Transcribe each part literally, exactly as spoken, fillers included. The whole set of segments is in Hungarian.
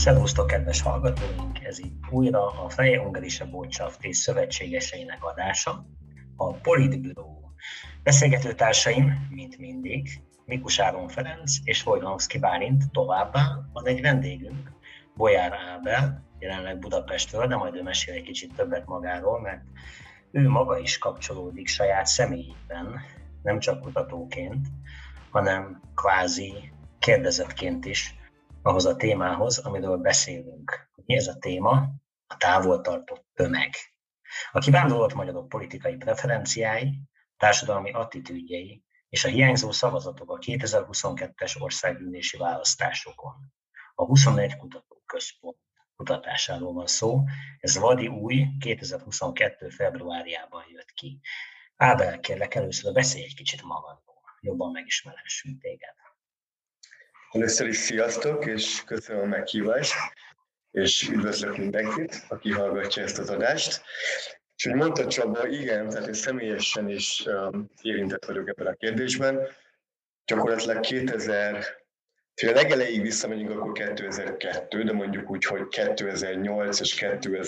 Szervusztok, kedves hallgatóink! Ez itt újra a Freie Ungarische Botschaft és szövetségeseinek adása, a Politbüro. Beszélgetőtársaim, mint mindig, Mikus Áron Ferenc és Wojnowski Bálint, továbbá van egy vendégünk, Bolyár Ábel, jelenleg Budapestről, de majd ő mesél egy kicsit többet magáról, mert ő maga is kapcsolódik saját személyében, nem csak kutatóként, hanem kvázi kérdezettként is ahhoz a témához, amiről beszélünk. Mi ez a téma? A távoltartott tömeg. A kivándorolt magyarok politikai preferenciái, társadalmi attitűdjei és a hiányzó szavazatok a kétezer-huszonkettes országgyűlési választásokon. A huszonegy Kutatóközpont kutatásáról van szó. Ez vadi új, kétezer-huszonkettő februárjában jött ki. Ábel, kérlek, először beszélj egy kicsit magadról. Jobban megismerhessünk téged. Először is sziasztok, és köszönöm a meghívást, és üdvözlök mindenkit, aki hallgatja ezt az adást. És hogy mondta Csaba, igen, tehát én személyesen is um, érintett vagyok ebben a kérdésben. Gyakorlatilag kétezer, ha a legelejéig visszamegyünk, akkor kétezer-kettő, de mondjuk úgy, hogy kétezer-nyolc és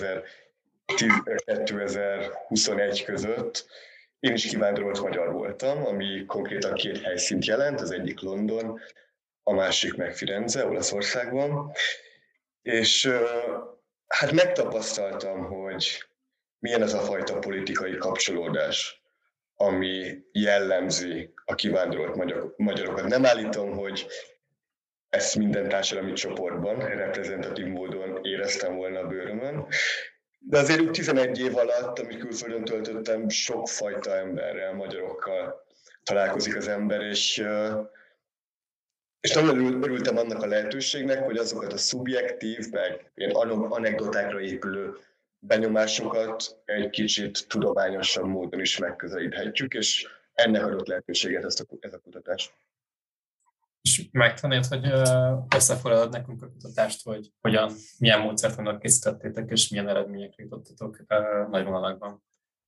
kétezer-huszonegy között én is kivándorolt magyar voltam, ami konkrétan két helyszínt jelent, az egyik London, a másik meg Firenze, Olaszországban. És hát megtapasztaltam, hogy milyen az a fajta politikai kapcsolódás, ami jellemzi a kivándorolt magyarokat. Nem állítom, hogy ezt minden társadalmi csoportban reprezentatív módon éreztem volna a bőrömön, de azért úgy tizenegy év alatt, amit külföldön töltöttem, sokfajta emberrel, magyarokkal találkozik az ember, és És nagyon örültem annak a lehetőségnek, hogy azokat a szubjektív, meg ilyen anekdotákra épülő benyomásokat egy kicsit tudományosabb módon is megközelíthetjük, és ennek adott lehetőséget ezt a, ez a kutatás. És megtanít, hogy összefoglalod nekünk a kutatást, hogy hogyan, milyen módszertannak készítettétek, és milyen eredményekre jutottatok nagy vonalakban?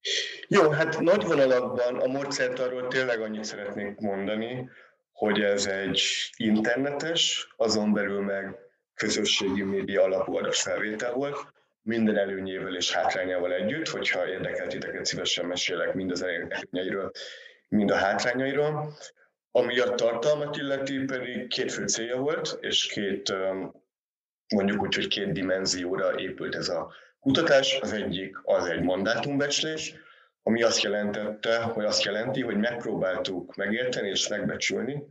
Jó, hát nagy vonalakban a módszertanról tényleg annyit szeretnék mondani, hogy ez egy internetes, azon belül meg közösségi média alapú adatfelvétel volt, minden előnyével és hátrányával együtt, hogyha érdekel titeket, szívesen mesélek mind az előnyeiről, mind a hátrányairól. Ami a tartalmat illeti, pedig két fő célja volt, és két, mondjuk úgy, hogy két dimenzióra épült ez a kutatás. Az egyik az egy mandátumbecslés, ami azt jelentette, hogy azt jelenti, hogy megpróbáltuk megérteni és megbecsülni,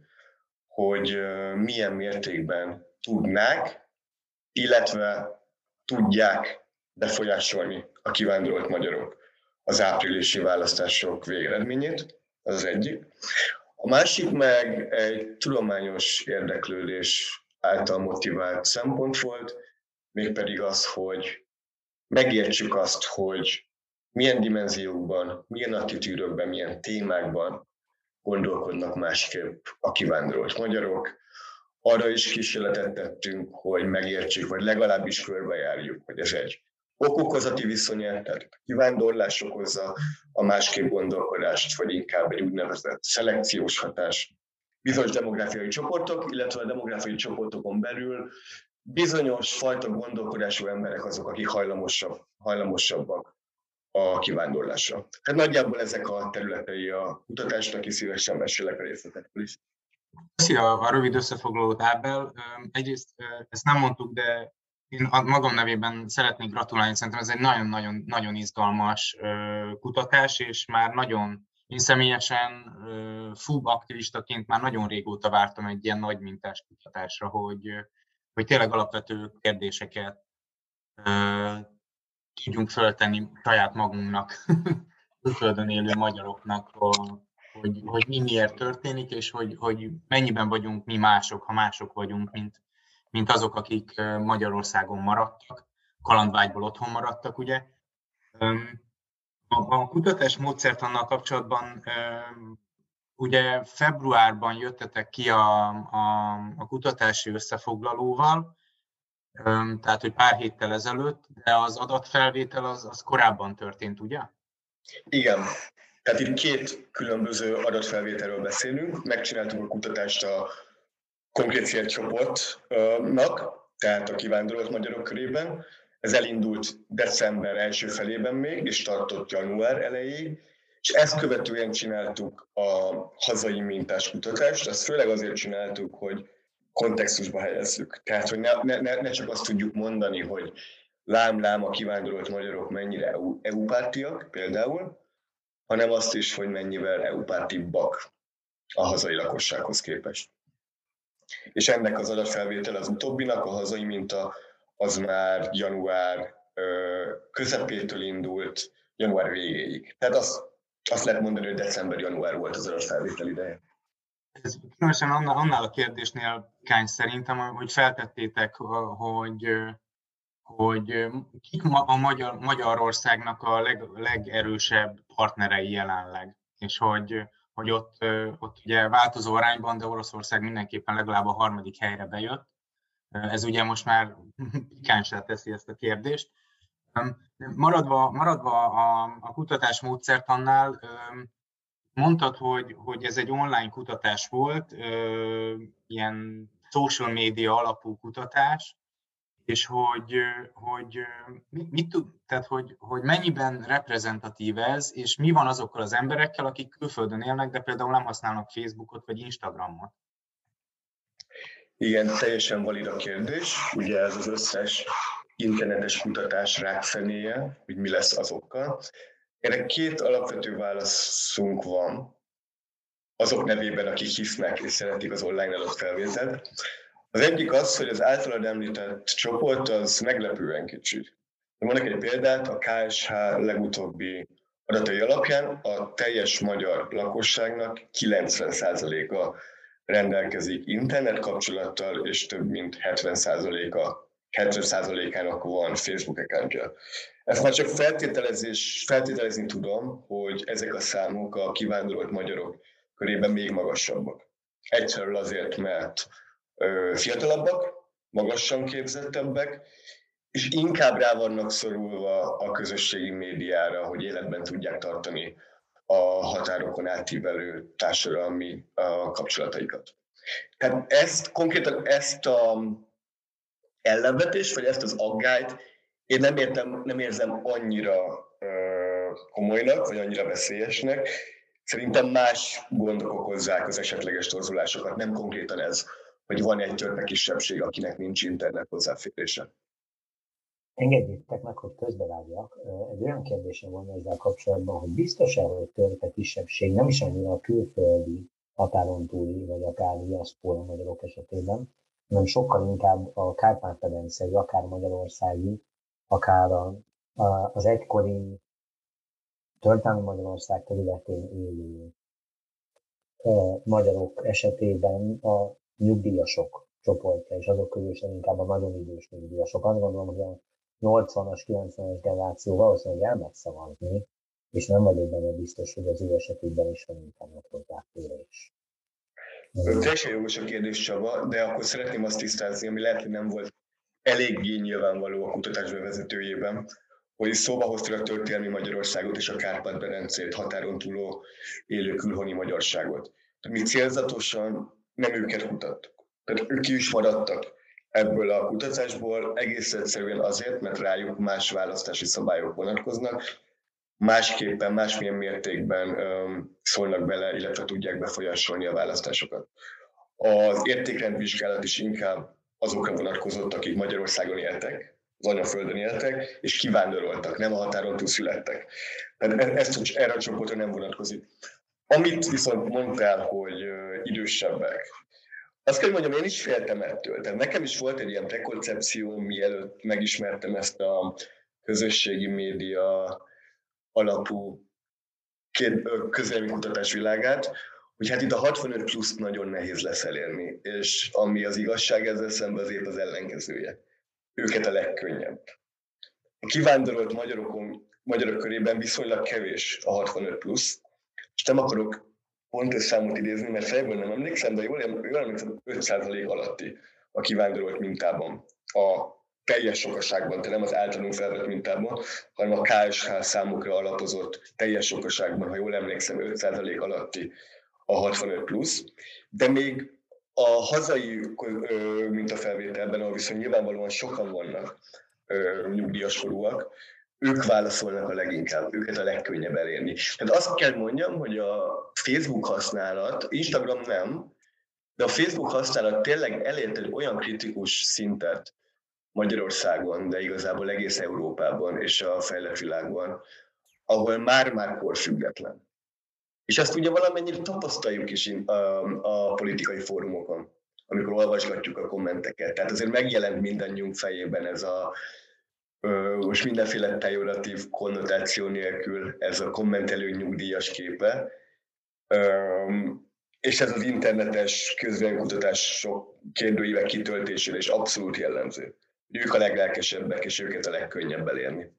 hogy milyen mértékben tudnák, illetve tudják befolyásolni a kivándorolt magyarok az áprilisi választások végeredményét, az az egyik. A másik meg egy tudományos érdeklődés által motivált szempont volt, mégpedig az, hogy megértsük azt, hogy milyen dimenziókban, milyen attitűdökben, milyen témákban gondolkodnak másképp a kivándorolt magyarok. Arra is kísérletet tettünk, hogy megértsük, vagy legalábbis körbejárjuk, hogy ez egy ok-okozati viszony, tehát a kivándorlás okozza a másképp gondolkodást, vagy inkább egy úgynevezett szelekciós hatás. Bizonyos demográfiai csoportok, illetve a demográfiai csoportokon belül bizonyos fajta gondolkodású emberek azok, akik hajlamosabb, hajlamosabbak a kivándorlásra. Hát nagyjából ezek a területei a kutatásnak, és szívesen mesélek a részletekről is. Köszi a, a rövid összefoglalót, Ábel. Egyrészt ezt nem mondtuk, de én a magam nevében szeretnék gratulálni, szerintem ez egy nagyon-nagyon nagyon izgalmas kutatás, és már nagyon, én személyesen fú aktivistaként már nagyon régóta vártam egy ilyen nagy mintás kutatásra, hogy, hogy tényleg alapvető kérdéseket tudjunk föltenni saját magunknak, külföldön élő magyaroknak, hogy, hogy mi miért történik, és hogy, hogy mennyiben vagyunk mi mások, ha mások vagyunk, mint, mint azok, akik Magyarországon maradtak, kalandvágyból otthon maradtak, ugye. A, a kutatás módszertannal kapcsolatban ugye februárban jöttetek ki a, a, a kutatási összefoglalóval, tehát, hogy pár héttel ezelőtt, de az adatfelvétel az, az korábban történt, ugye? Igen. Tehát itt két különböző adatfelvételről beszélünk. Megcsináltuk a kutatást a konkrét célcsoportnak, tehát a kivándorolt magyarok körében. Ez elindult december első felében még, és tartott január elejéig, és ezt követően csináltuk a hazai mintás kutatást. Ezt főleg azért csináltuk, hogy kontextusba helyezzük. Tehát, hogy ne, ne, ne csak azt tudjuk mondani, hogy lám-lám a kivándorolt magyarok mennyire é u-pártiak például, hanem azt is, hogy mennyivel é u-pártibbak a hazai lakossághoz képest. És ennek az adatfelvétel az utóbbinak, a hazai minta, az már január közepétől indult, január végéig. Tehát azt, azt lehet mondani, hogy december-január volt az adatfelvétel ideje. Ez különösen annál, annál a kérdésnél kány szerintem, hogy feltettétek, hogy, hogy kik a Magyar, Magyarországnak a leg, legerősebb partnerei jelenleg, és hogy, hogy ott, ott ugye változó arányban, de Oroszország mindenképpen legalább a harmadik helyre bejött. Ez ugye most már pikánsá teszi ezt a kérdést. Maradva, maradva a, a kutatás módszertannál, mondtad, hogy, hogy ez egy online kutatás volt, ilyen social media alapú kutatás, és hogy, hogy, mit, mit tud, tehát hogy, hogy mennyiben reprezentatív ez, és mi van azokkal az emberekkel, akik külföldön élnek, de például nem használnak Facebookot vagy Instagramot? Igen, teljesen valid a kérdés. Ugye ez az összes internetes kutatás rákfenéje, hogy mi lesz azokkal. Erre két alapvető válaszunk van, azok nevében, akik hisznek és szeretik az online adatfelvételt. Az egyik az, hogy az általad említett csoport az meglepően kicsi. Mondok egy példát, a ká es há legutóbbi adatai alapján a teljes magyar lakosságnak kilencven százaléka rendelkezik internet kapcsolattal, és több mint hetven százaléka, hetven százalékának van Facebook accountja. Ezt már csak feltételezés, feltételezni tudom, hogy ezek a számok a kivándorolt magyarok körében még magasabbak. Egyszerűen azért, mert ö, fiatalabbak, magasan képzettebbek, és inkább rá vannak szorulva a közösségi médiára, hogy életben tudják tartani a határokon átívelő társadalmi a kapcsolataikat. Tehát ezt, konkrétan ezt a ellenvetést, vagy ezt az aggályt én nem, értem, nem érzem annyira uh, komolynak, vagy annyira veszélyesnek. Szerintem más gondok okozzák az esetleges torzulásokat, nem konkrétan ez, hogy van egy törpe kisebbség, akinek nincs internet hozzáférése. Engedjétek meg, hogy közbevágjak. Egy olyan kérdésem van ezzel kapcsolatban, hogy biztos-e, hogy törpe kisebbség nem is annyira a külföldi, határon túli, vagy akár diaszpóra magyarok esetében, hanem sokkal inkább a Kárpát-medencei, akár magyarországi, akár a, a, az egykori történelmi Magyarország területén élő e, magyarok esetében a nyugdíjasok csoportja, és azok közül sem inkább a nagyon idős nyugdíjasok. Azt gondolom, hogy a nyolcvanas, kilencvenes generáció valószínűleg elmegy szavazni, és nem vagyok benne biztos, hogy az ő esetükben is van internet hozzáférés. Teljesen jogos a kérdés, Csaba, de akkor szeretném azt tisztázni, ami lehet, hogy nem volt eléggé nyilvánvaló a kutatás bevezetőjében, hogy szóba hozta a történelmi Magyarországot és a Kárpát-medencét, határon túló élő külhoni magyarságot. Tehát mi célzatosan nem őket kutattuk. Tehát ők ki is maradtak ebből a kutatásból, egész egyszerűen azért, mert rájuk más választási szabályok vonatkoznak, másképpen, másmilyen mértékben um, szólnak bele, illetve tudják befolyásolni a választásokat. Az értékrendvizsgálat is inkább azokra vonatkozott, akik Magyarországon éltek, az anyaföldön éltek, és kivándoroltak, nem a határon túl születtek. Tehát ezt erre a csoportra nem vonatkozik. Amit viszont mondtál, hogy uh, idősebbek, azt kell mondjam, én is féltem ettől. Tehát nekem is volt egy ilyen prekoncepció, mielőtt megismertem ezt a közösségi média alapú közvéleménykutatás világát, hogy hát itt a hatvanöt pluszt nagyon nehéz lesz elérni, és ami az igazság ezzel szemben azért az ellenkezője. Őket a legkönnyebb. A kivándorolt magyarokon, magyarok körében viszonylag kevés a hatvanöt plusz, és nem akarok pontos számot idézni, mert fejből nem emlékszem, de jól, jól emlékszem, öt százalék alatti a kivándorolt mintában. A teljes sokaságban, tehát nem az általunk felvett mintában, hanem a ká es há számokra alapozott teljes sokaságban, ha jól emlékszem, öt százalék alatti a hatvanöt plusz, de még A hazai mintafelvételben, ahol viszont nyilvánvalóan sokan vannak nyugdíjas korúak, ők válaszolnak a leginkább, őket a legkönnyebb elérni. Tehát azt kell mondjam, hogy a Facebook használat, Instagram nem, de a Facebook használat tényleg elért egy olyan kritikus szintet Magyarországon, de igazából egész Európában és a fejlett világban, ahol már-már korfüggetlen. És ezt ugye valamennyire tapasztaljuk is a, a politikai fórumokon, amikor olvasgatjuk a kommenteket. Tehát azért megjelent mindannyiunk fejében ez a, most mindenféle pejoratív konnotáció nélkül ez a kommentelő nyugdíjas képe, és ez az internetes közvéleménykutatások kérdőívek kitöltésére is abszolút jellemző. Ők a leglelkesebbek, és őket a legkönnyebb elérni.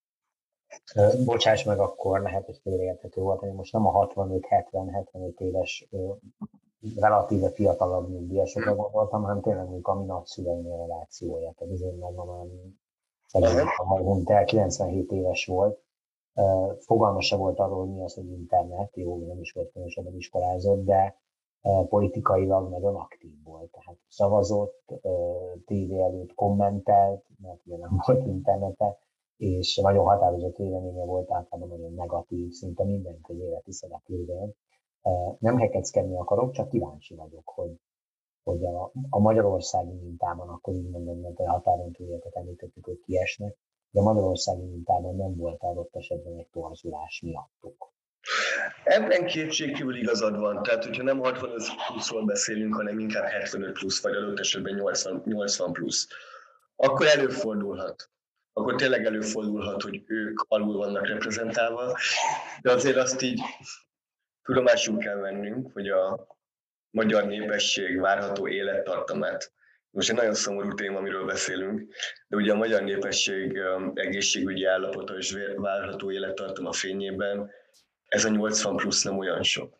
Bocsáss meg, akkor lehet, hogy félreérthető volt, hogy most nem a hatvanöt hetven hetvenöt éves relatíve fiatalabb nyugdíjasokra gondoltam, hanem tényleg mondjuk a mi nagyszüleim generációja. Tehát az én nagymamám szerintem hunyt el, kilencvenhét éves volt. Fogalma se volt arról, hogy mi az, hogy internet, jó, nem is volt különösebben iskolázott, de politikailag nagyon aktív volt. Tehát szavazott, tévé előtt kommentelt, mert ugye nem volt internete, és nagyon határozott véleménye volt, általában nagyon negatív, szinte mindent az életi szereplőről. Nem kekeckedni akarok, csak kíváncsi vagyok, hogy, hogy a, a magyarországi mintában, akkor így mondom, mert a határon túlieket említettük, hogy kiesnek, de a magyarországi mintában nem volt adott esetben egy torzulás miattuk. Ebben kétségkívül igazad van, tehát hogyha nem hatvanöt pluszról beszélünk, hanem inkább hetvenöt plusz, vagy adott esetben nyolcvan, nyolcvan plusz, akkor előfordulhat. Akkor tényleg előfordulhat, hogy ők alul vannak reprezentálva, de azért azt így tudomásul kell vennünk, hogy a magyar népesség várható élettartamát, most egy nagyon szomorú téma, amiről beszélünk, de ugye a magyar népesség egészségügyi állapota és várható élettartama fényében ez a nyolcvan plusz nem olyan sok.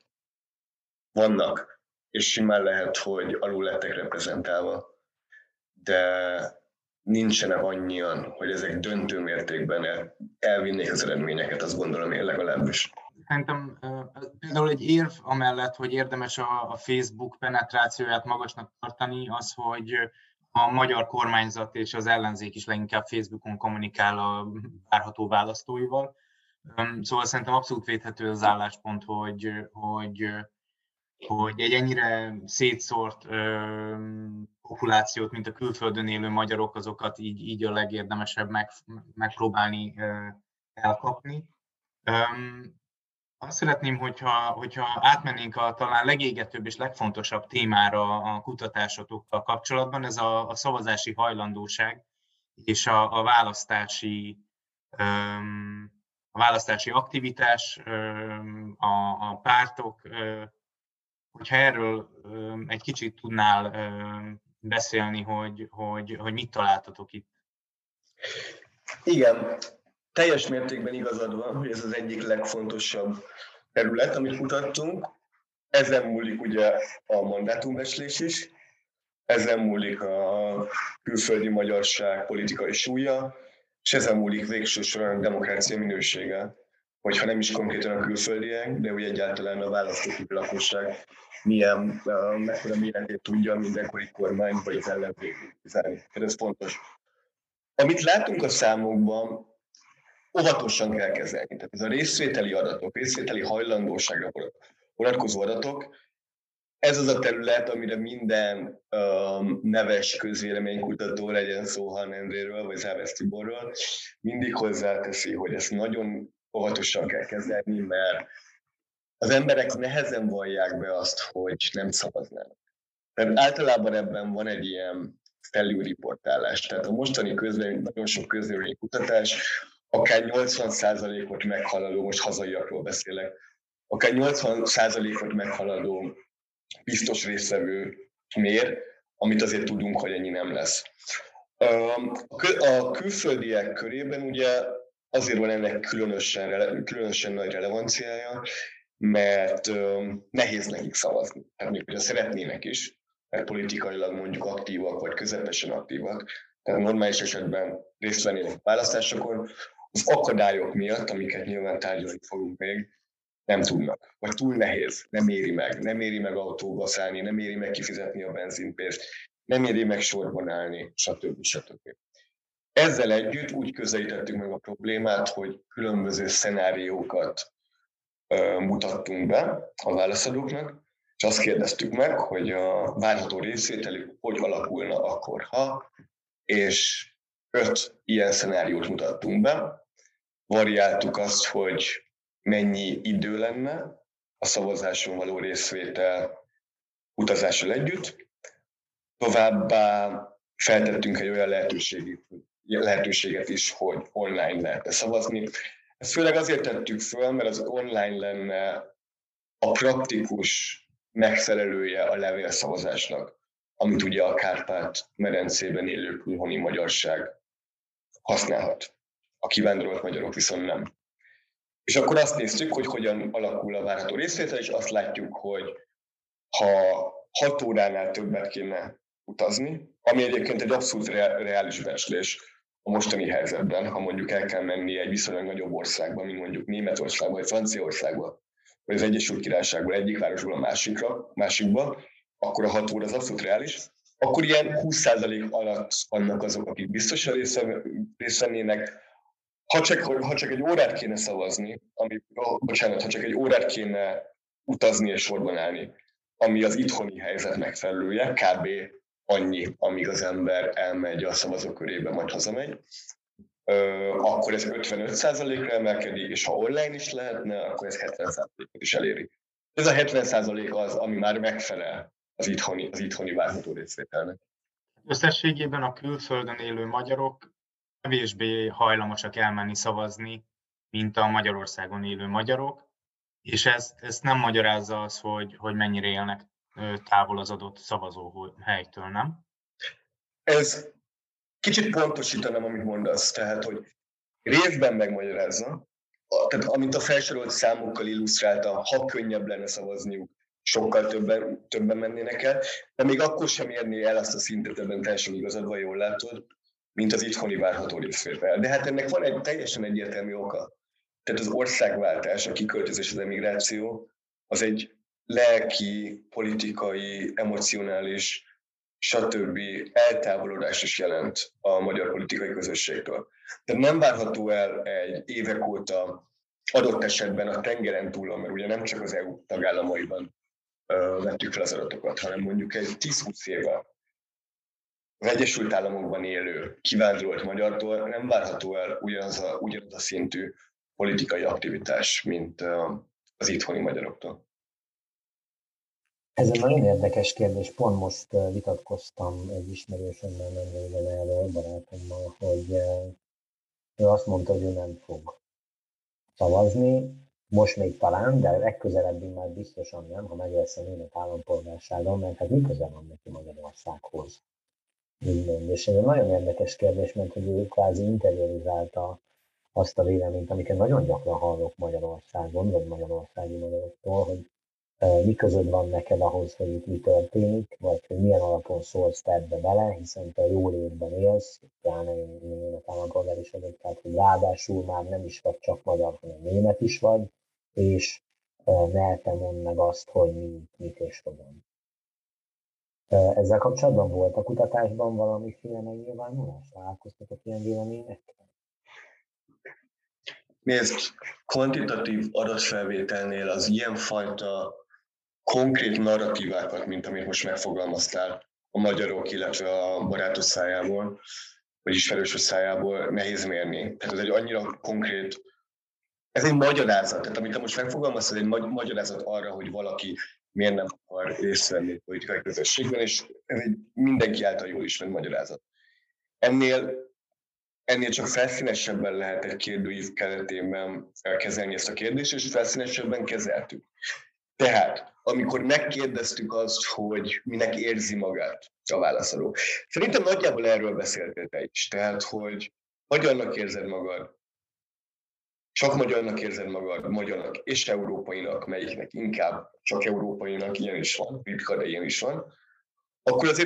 Vannak, és simán lehet, hogy alul lettek reprezentálva, de nincsenek annyian, hogy ezek döntő mértékben el, elvinnék az eredményeket, azt gondolom én legalábbis. Szerintem például egy érv amellett, hogy érdemes a Facebook penetrációját magasnak tartani, az, hogy a magyar kormányzat és az ellenzék is leginkább Facebookon kommunikál a várható választóival. Szóval szerintem abszolút védhető az álláspont, hogy, hogy, hogy egy ennyire szétszórt populációt, mint a külföldön élő magyarok, azokat így, így a legérdemesebb meg, megpróbálni elkapni. Azt szeretném, hogyha, hogyha átmennénk a talán legégetőbb és legfontosabb témára a kutatásotokkal kapcsolatban, ez a, a szavazási hajlandóság és a, a választási a választási aktivitás, a, a pártok, hogyha erről egy kicsit tudnál beszélni, hogy, hogy, hogy mit találtatok itt. Igen, teljes mértékben igazad van, hogy ez az egyik legfontosabb terület, amit kutattunk. Ezen múlik ugye a mandátumbecslés is, ezen múlik a külföldi magyarság politikai súlya, és ezen múlik végső soron a demokrácia minősége, hogyha nem is konkrétan a külföldiek, de úgy egyáltalán a választóképű lakosság milyen, uh, mekkora méretét tudja mindenkori kormány vagy az ellenzék kritizálni. Ez fontos. Amit látunk a számokban, óvatosan kell kezelni. Tehát ez a részvételi adatok, részvételi hajlandóságra vonatkozó adatok, ez az a terület, amire minden um, neves közvéleménykutató, legyen szó Han Endréről vagy Závesz Tiborról, mindig hozzáteszi, hogy ezt nagyon óvatosan kell kezelni, mert az emberek nehezen vallják be azt, hogy nem szavaznának. Tehát általában ebben van egy ilyen felülriportálás. Tehát a mostani közvélemény, nagyon sok közvéleménykutatás, akár nyolcvan százalékot meghaladó, most hazaiakról beszélek, akár nyolcvan százalékot meghaladó biztos résztvevő mér, amit azért tudunk, hogy ennyi nem lesz. A külföldiek körében ugye azért van ennek különösen, különösen nagy relevanciája, mert nehéz nekik szavazni. Tehát még hogyha szeretnének is, mert politikailag mondjuk aktívak, vagy közepesen aktívak, tehát normális esetben részt vennének választásokon, az akadályok miatt, amiket nyilván tárgyalni fogunk még, nem tudnak, vagy túl nehéz, nem éri meg, nem éri meg autóba szállni, nem éri meg kifizetni a benzinpénzt, nem éri meg sorban állni, stb. stb. Ezzel együtt úgy közelítettük meg a problémát, hogy különböző szenáriókat uh, mutattunk be a válaszadóknak, és azt kérdeztük meg, hogy a várható részvételük hogy alakulna akkor, ha, és öt ilyen szenáriót mutattunk be. Variáltuk azt, hogy mennyi idő lenne a szavazáson való részvétel utazással együtt. Továbbá feltettünk egy olyan lehetőséget, lehetőséget is, hogy online lehet szavazni. Ezt főleg azért tettük föl, mert az online lenne a praktikus megfelelője a levélszavazásnak, amit ugye a Kárpát-medencében élő külhoni magyarság használhat. A kivándorolt magyarok viszont nem. És akkor azt néztük, hogy hogyan alakul a várható részvétel, és azt látjuk, hogy ha hat óránál többet kéne utazni, ami egyébként egy abszolút reális becslés a mostani helyzetben, ha mondjuk el kell menni egy viszonylag nagyobb országba, mint mondjuk Németországba vagy Franciaországba, vagy az Egyesült Királyságból egyik városból a másikra, másikba, akkor a hat óra az abszolút reális. Akkor ilyen húsz százalék alatt vannak azok, akik biztosan részt vennének. Ha csak, ha csak egy órát kéne szavazni, ami, oh, bocsánat, ha csak egy órát kéne utazni és sorban állni, ami az itthoni helyzet megfelelője, kb. Annyi, amíg az ember elmegy a szavazókörébe, majd hazamegy, akkor ez ötvenöt százalékra emelkedik, és ha online is lehetne, akkor ez hetven százalékot is eléri. Ez a hetven százalék az, ami már megfelel az itthoni, az itthoni várható részvételnek. Összességében a külföldön élő magyarok kevésbé hajlamosak elmenni szavazni, mint a Magyarországon élő magyarok, és ezt, ezt nem magyarázza az, hogy, hogy mennyire élnek távol az adott szavazóhelytől, nem? Ez kicsit pontosítanám, amit mondasz, tehát, hogy részben megmagyarázza, tehát amit a felsorolt számokkal illusztrálta, ha könnyebb lenne szavazniuk, sokkal többen, többen mennének el, de még akkor sem érné el azt a szintet, ebben teljesen igazad van, jól látod, mint az itthoni várható részvétel. De hát ennek van egy teljesen egyértelmű oka. Tehát az országváltás, a kiköltözés, az emigráció, az egy lelki, politikai, emocionális, stb. Eltávolodás is jelent a magyar politikai közösségtől. Tehát nem várható el egy évek óta adott esetben a tengeren túlon, mert ugye nem csak az é u tagállamaiban uh, vettük fel az adatokat, hanem mondjuk egy tíz-húsz éve az Egyesült Államokban élő kivándorolt magyartól nem várható el ugyanaz a, ugyanaz a szintű politikai aktivitás, mint uh, az itthoni magyaroktól. Ez egy nagyon érdekes kérdés. Pont most vitatkoztam egy ismerősömmel, nem régen erről, barátommal, hogy ő azt mondta, hogy ő nem fog szavazni. Most még talán, de legközelebbi már biztosan nem, ha megjelsz a német állampolgárságon, mert hát mi köze van neki Magyarországhoz. Minden. És ez egy nagyon érdekes kérdés, mert hogy ő kvázi interiorizálta azt a véleményt, amiket nagyon gyakran hallok Magyarországon, vagy magyarországi magyaroktól, hogy mi között van neked ahhoz, hogy itt mi történik, vagy hogy milyen alapon szólsz te ebbe bele, hiszen te jól létben élsz, pláne én német állampolgár is vagyok, tehát hogy ráadásul már nem is vagy csak magyar, hanem német is vagy, és ne te mondd meg azt, hogy mit, mit és hogyan. Ezzel kapcsolatban volt a kutatásban valamiféle megnyilvánulás? Találkoztatok ilyen véleményekkel? Nézd, kvantitatív adatfelvételnél az ilyenfajta konkrét narratívákat, mint amit most megfogalmaztál a magyarok, illetve a barátos szájából, vagy ismerősös szájából nehéz mérni. Tehát ez egy annyira konkrét, ez egy magyarázat. Tehát amit te most megfogalmaztál, ez egy magyarázat arra, hogy valaki miért nem akar részt venni politikai közösségben, és ez egy mindenki által jól ismert magyarázat. Ennél Ennél csak felszínesebben lehet egy kérdőív keretében kezelni ezt a kérdést, és felszínesebben kezeltük. Tehát, amikor megkérdeztük azt, hogy minek érzi magát a válaszadó, szerintem nagyjából erről beszéltél te is. Tehát, hogy magyarnak érzed magad, csak magyarnak érzed magad, magyarnak és európainak, melyiknek inkább csak európainak, ilyen is van, ritka, de ilyen is van, akkor azért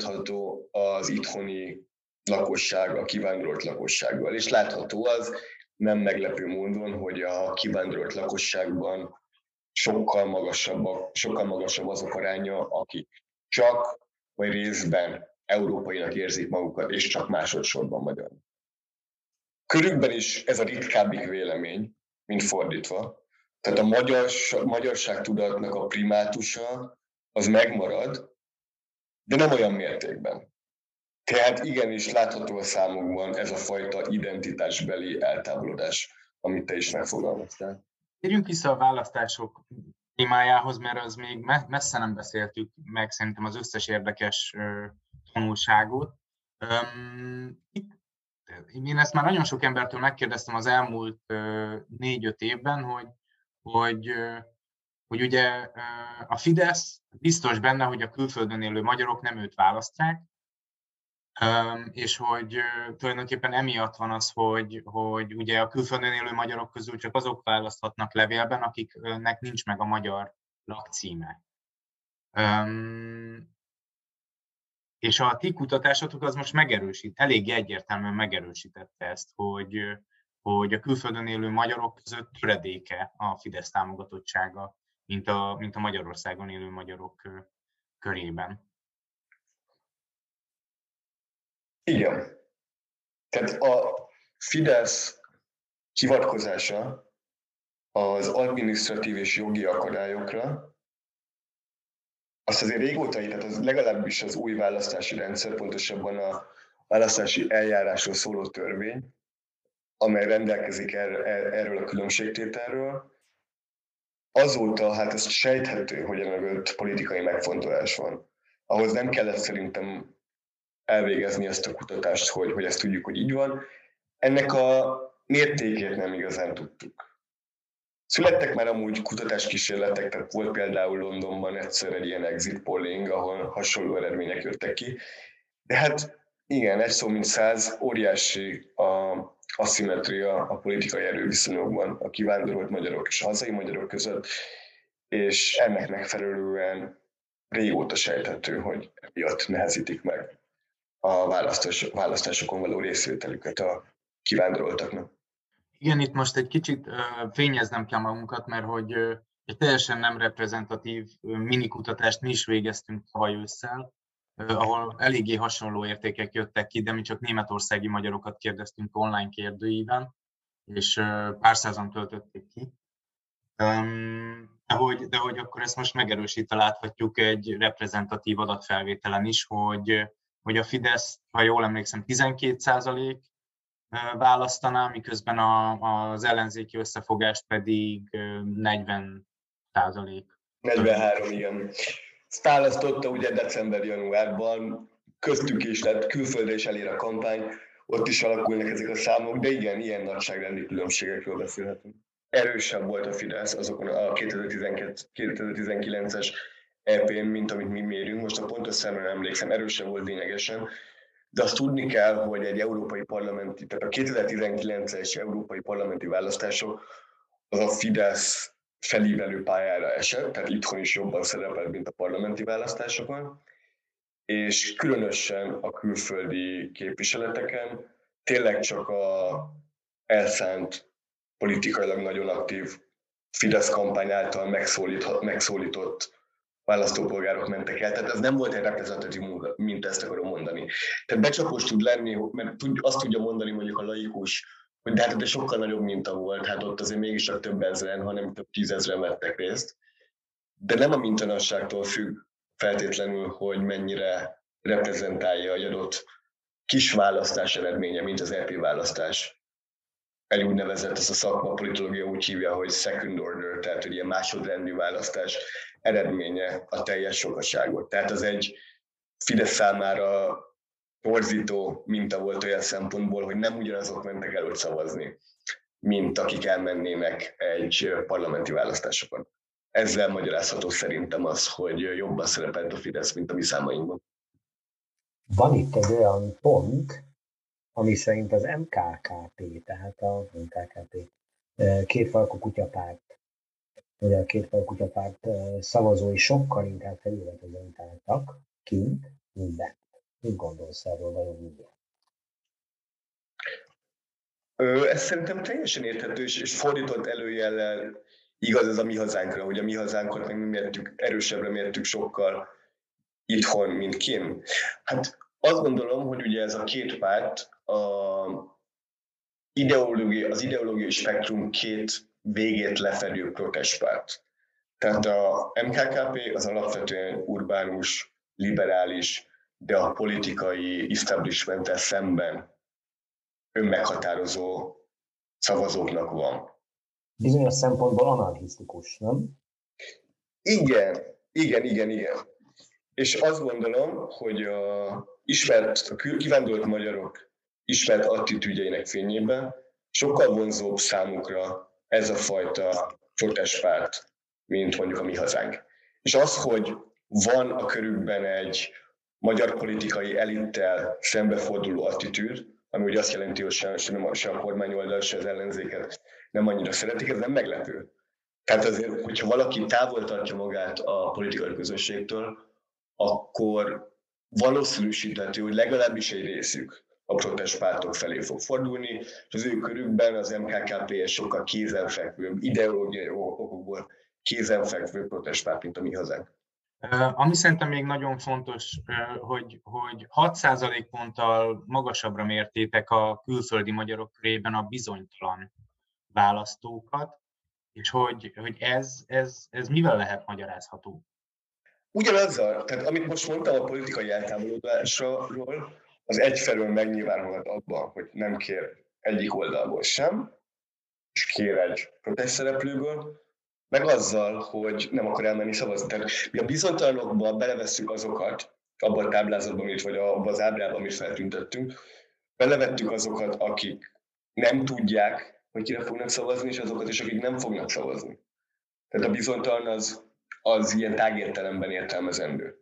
összehasonlítható az itthoni lakosság, a kivándorolt lakossággal. És látható az, nem meglepő módon, hogy a kivándorolt lakosságban sokkal magasabb, sokkal magasabb azok aránya, akik csak vagy részben európainak érzik magukat, és csak másodszorban magyar. Körükben is ez a ritkábbik vélemény, mint fordítva. Tehát a magyar, magyarság tudatnak a primátusa az megmarad, de nem olyan mértékben. Tehát igenis látható a számokban ez a fajta identitásbeli eltávolodás, amit te is megfogalmaztál. Térjünk vissza a választások témájához, mert az még messze nem beszéltük meg szerintem az összes érdekes tanulságot. Itt, én ezt már nagyon sok embertől megkérdeztem az elmúlt négy-öt évben, hogy, hogy, hogy ugye a Fidesz biztos benne, hogy a külföldön élő magyarok nem őt választják, és hogy tulajdonképpen emiatt van az, hogy, hogy ugye a külföldön élő magyarok közül csak azok választhatnak levélben, akiknek nincs meg a magyar lakcíme. És a ti kutatásotok az most megerősít, elég egyértelműen megerősítette ezt, hogy, hogy a külföldön élő magyarok között töredéke a Fidesz támogatottsága, mint a, mint a Magyarországon élő magyarok körében. Igen. Tehát a Fidesz hivatkozása az adminisztratív és jogi akadályokra, azt azért régóta, tehát az legalábbis az új választási rendszer, pontosabban a választási eljárásról szóló törvény, amely rendelkezik er, er, erről a különbségtételről, azóta hát ez sejthető, hogy emögött politikai megfontolás van. Ahhoz nem kellett szerintem elvégezni ezt a kutatást, hogy, hogy ezt tudjuk, hogy így van. Ennek a mértékét nem igazán tudtuk. Születtek már amúgy kutatáskísérletek, tehát volt például Londonban egyszer egy ilyen exit polling, ahol hasonló eredmények jöttek ki. De hát igen, egy szó mint száz, óriási a aszimmetria a politikai erőviszonyokban a kivándorolt magyarok és a hazai magyarok között, és ennek megfelelően régóta sejthető, hogy emiatt nehezítik meg a választás, választásokon való részvételüket a kivándoroltaknak. Igen, itt most egy kicsit uh, fényeznem kell magunkat, mert hogy uh, egy teljesen nem reprezentatív uh, minikutatást mi is végeztünk tavaly ősszel, uh, ahol eléggé hasonló értékek jöttek ki, de mi csak németországi magyarokat kérdeztünk online kérdőíven, és uh, pár százan töltötték ki. Um, de, hogy, de hogy akkor ezt most megerősítve láthatjuk egy reprezentatív adatfelvételen is, hogy, hogy a Fidesz, ha jól emlékszem, tizenkét százalék választaná, miközben a, az ellenzéki összefogást pedig negyven százalék. negyvenhárom, igen. Ezt választotta ugye december-januárban, köztük is lett, külföldre is elér a kampány, ott is alakulnak ezek a számok, de igen, ilyen nagyságrendi különbségekről beszélhetünk. Erősebb volt a Fidesz azokon a kétezer-tizenkilences é pén, mint amit mi mérünk. Most a pontos számra nem emlékszem, erősebb volt lényegesen. De azt tudni kell, hogy egy európai parlamenti, tehát a kétezer-tizenkilences európai parlamenti választások az a Fidesz felívelő pályára esett, tehát itthon is jobban szerepel, mint a parlamenti választásokon, és különösen a külföldi képviseleteken tényleg csak a elszánt, politikailag nagyon aktív Fidesz kampány által megszólított, megszólított választópolgárok mentek el. Tehát ez nem volt egy reprezentatív munka, mint ezt akarom mondani. Tehát becsapós tud lenni, mert azt tudja mondani mondjuk a laikus, hogy de hát de sokkal nagyobb minta volt, hát ott azért mégiscsak több ezren, hanem több tízezren vettek részt. De nem a mintanosságtól függ feltétlenül, hogy mennyire reprezentálja egy adott kis választás eredménye, mint az é pé választás. Egy úgynevezett, ez a szakma politológia úgy hívja, hogy second order, tehát hogy ilyen másodrendű választás eredménye a teljes sokaságot. Tehát az egy Fidesz számára torzító minta volt olyan szempontból, hogy nem ugyanazok mentek el ott szavazni, mint akik elmennének egy parlamenti választásokon. Ezzel magyarázható szerintem az, hogy jobban szerepelt a Fidesz, mint a mi számainkban. Van itt egy olyan pont, ami szerint az em ká ká pé, tehát a em ká ká pé, kétfarkú kutyapárt, vagy a kétfarkú kutyapárt szavazói sokkal inkább felületezentáltak kint, mint bent. Mit gondolsz erről, vajon mindjárt? Ez szerintem teljesen érthető, és fordított előjellel igaz ez a Mi Hazánkra, hogy a Mi Hazánkat meg mi mértük, erősebbre mértük sokkal itthon, mint kint. Hát azt gondolom, hogy ugye ez a két párt a ideológia, az ideológiai spektrum két végét lefedő protestpárt. Tehát a em ká ká pé az alapvetően urbánus, liberális, de a politikai establishmenttel szemben önmeghatározó szavazóknak van. Bizonyos szempontból anarchisztikus, nem? Igen, igen, igen, igen. És azt gondolom, hogy a ismert, a kivándorolt magyarok ismert attitűdjeinek fényében sokkal vonzóbb számukra ez a fajta protestpárt, mint mondjuk a Mi Hazánk. És az, hogy van a körükben egy magyar politikai elittel szembeforduló attitűd, ami ugye azt jelenti, hogy se, se, nem, se a kormányoldal, se az ellenzéket nem annyira szeretik, ez nem meglepő. Tehát azért, hogyha valaki távol tartja magát a politikai közösségtől, akkor valószínűsíthető, hogy legalábbis egy részük a protestpártok felé fog fordulni, és az ő körükben az em ká ká pé sokkal kézenfekvőbb, ideológiai okokból kézenfekvő protestpárt, mint a Mi Hazánk. Ami szerintem még nagyon fontos, hogy, hogy hat százalékponttal magasabbra mértétek a külföldi magyarok körében a bizonytalan választókat, és hogy, hogy ez, ez, ez mivel lehet magyarázható? Ugyanazzal, tehát amit most mondtam a politikai eltávolodásról, az egyfelől megnyilvánulhat abban, hogy nem kér egyik oldalból sem, és kér egy protest szereplőből, meg azzal, hogy nem akar elmenni szavazni. Tehát mi a bizonytalanokba belevesszük azokat, abban a táblázatban, vagy abban az ábrában, amit feltüntettünk, belevettük azokat, akik nem tudják, hogy kire fognak szavazni, és azokat is, akik nem fognak szavazni. Tehát a bizonytalan az, az ilyen tágértelemben értelmezendő.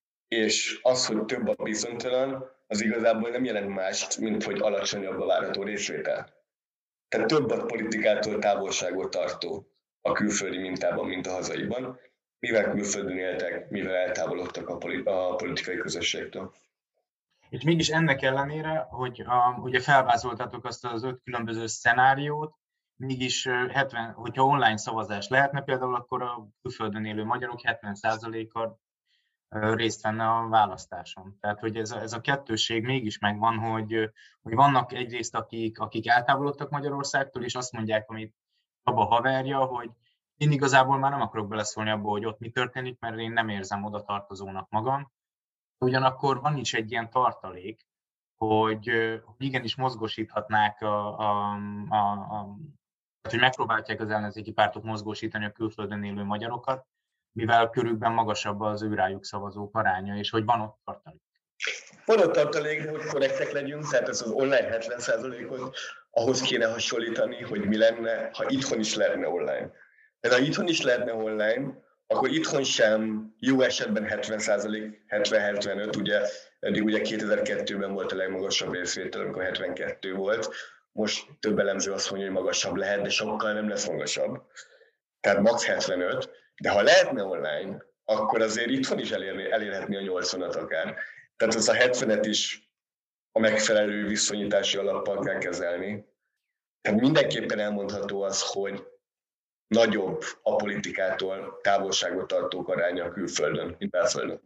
És az, hogy több a bizonytalan, az igazából nem jelent mást, mint hogy alacsonyabb a várható részvétel. Tehát több a politikától távolságot tartó a külföldi mintában, mint a hazaiban, mivel külföldön éltek, mivel eltávolodtak a, politi- a politikai közösségtől. És mégis ennek ellenére, hogy a, ugye felvázoltátok azt az öt különböző szenáriót, mégis hetven, hogyha online szavazás lehetne például, akkor a külföldön élő magyarok hetven százaléka részt venne a választáson. Tehát, hogy ez a, ez a kettősség mégis megvan, hogy, hogy vannak egyrészt, akik, akik eltávolodtak Magyarországtól, és azt mondják, amit abba haverja, hogy én igazából már nem akarok beleszólni abba, hogy ott mi történik, mert én nem érzem oda tartozónak magam. Ugyanakkor van is egy ilyen tartalék, hogy, hogy igenis mozgósíthatnák, a, a, a, a, hogy megpróbálják az ellenzéki pártok mozgósítani a külföldön élő magyarokat, mivel körükben magasabb az ő rájuk szavazók aránya, és hogy van ott tartalék. Van ott tartalék, hogy korrektek legyünk, tehát ez az online hetven százalékot ahhoz kéne hasonlítani, hogy mi lenne, ha itthon is lehetne online. De ha itthon is lehetne online, akkor itthon sem jó esetben hetven százalék, hetven-hetvenöt, ugye, eddig ugye kétezer-kettőben volt a legmagasabb részvétel, amikor hetvenkettő volt. Most több elemző azt mondja, hogy magasabb lehet, de sokkal nem lesz magasabb. Tehát max. hetvenöt, de ha lehetne online, akkor azért itthon is elérni, elérhetni a nyolcvanat akár. Tehát az a hetvenet is a megfelelő viszonyítási alappal kell kezelni. Tehát mindenképpen elmondható az, hogy nagyobb a politikától távolságot tartók aránya a külföldön, mint belföldön.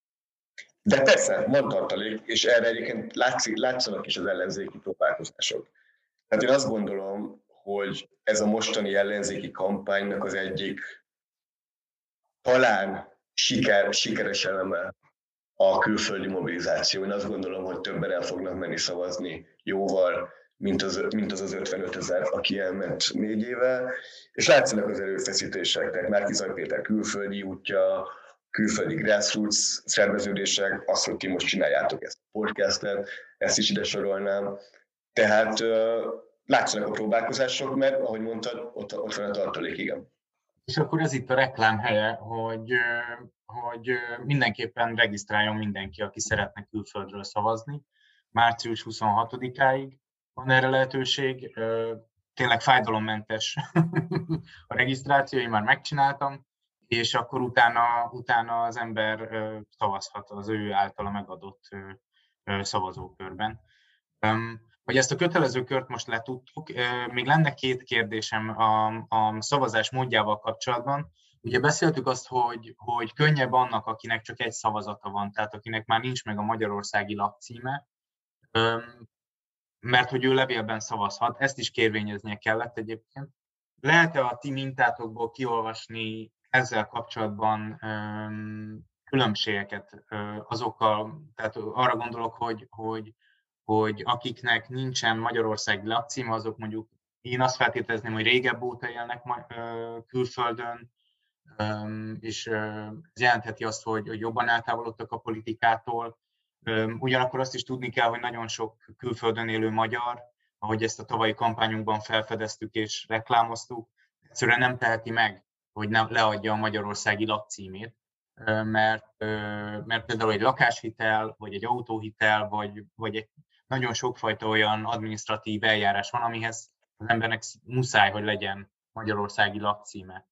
De persze, van tartalék, és erre egyébként látszik, látszanak is az ellenzéki próbálkozások. Tehát én azt gondolom, hogy ez a mostani ellenzéki kampánynak az egyik talán siker, sikeres eleme a külföldi mobilizáció. Én azt gondolom, hogy többen el fognak menni szavazni jóval, mint az, mint az az ötvenöt ezer, aki elment négy éve, és látszanak az erőfeszítések, tehát Márki-Zay Péter külföldi útja, külföldi grassroots szerveződések, az, hogy ti most csináljátok ezt a podcastet, ezt is ide sorolnám. Tehát látszanak a próbálkozások, mert ahogy mondtad, ott, ott van a tartalék, igen. És akkor ez itt a reklám helye, hogy, hogy mindenképpen regisztráljon mindenki, aki szeretne külföldről szavazni. március huszonhatodikáig van erre lehetőség. Tényleg fájdalommentes a regisztráció, én már megcsináltam, és akkor utána, utána az ember szavazhat az ő általa megadott szavazókörben. hogy ezt a kötelező kört most letudtuk. Még lenne két kérdésem a, a szavazás módjával kapcsolatban. Ugye beszéltük azt, hogy, hogy könnyebb annak, akinek csak egy szavazata van, tehát akinek már nincs meg a magyarországi lakcíme, mert hogy ő levélben szavazhat, ezt is kérvényeznie kellett egyébként. Lehet-e a ti mintátokból kiolvasni ezzel kapcsolatban különbségeket azokkal, tehát arra gondolok, hogy, hogy, hogy akiknek nincsen magyarországi lakcíme, azok mondjuk, én azt feltételezném, hogy régebb óta élnek külföldön, és ez jelentheti azt, hogy jobban eltávolodtak a politikától. Ugyanakkor azt is tudni kell, hogy nagyon sok külföldön élő magyar, ahogy ezt a tavalyi kampányunkban felfedeztük és reklámoztuk, egyszerűen nem teheti meg, hogy nem leadja a magyarországi lakcímét, mert, mert például egy lakáshitel, vagy egy autóhitel, vagy, vagy egy nagyon sokfajta olyan adminisztratív eljárás van, amihez az embernek muszáj, hogy legyen magyarországi lakcíme.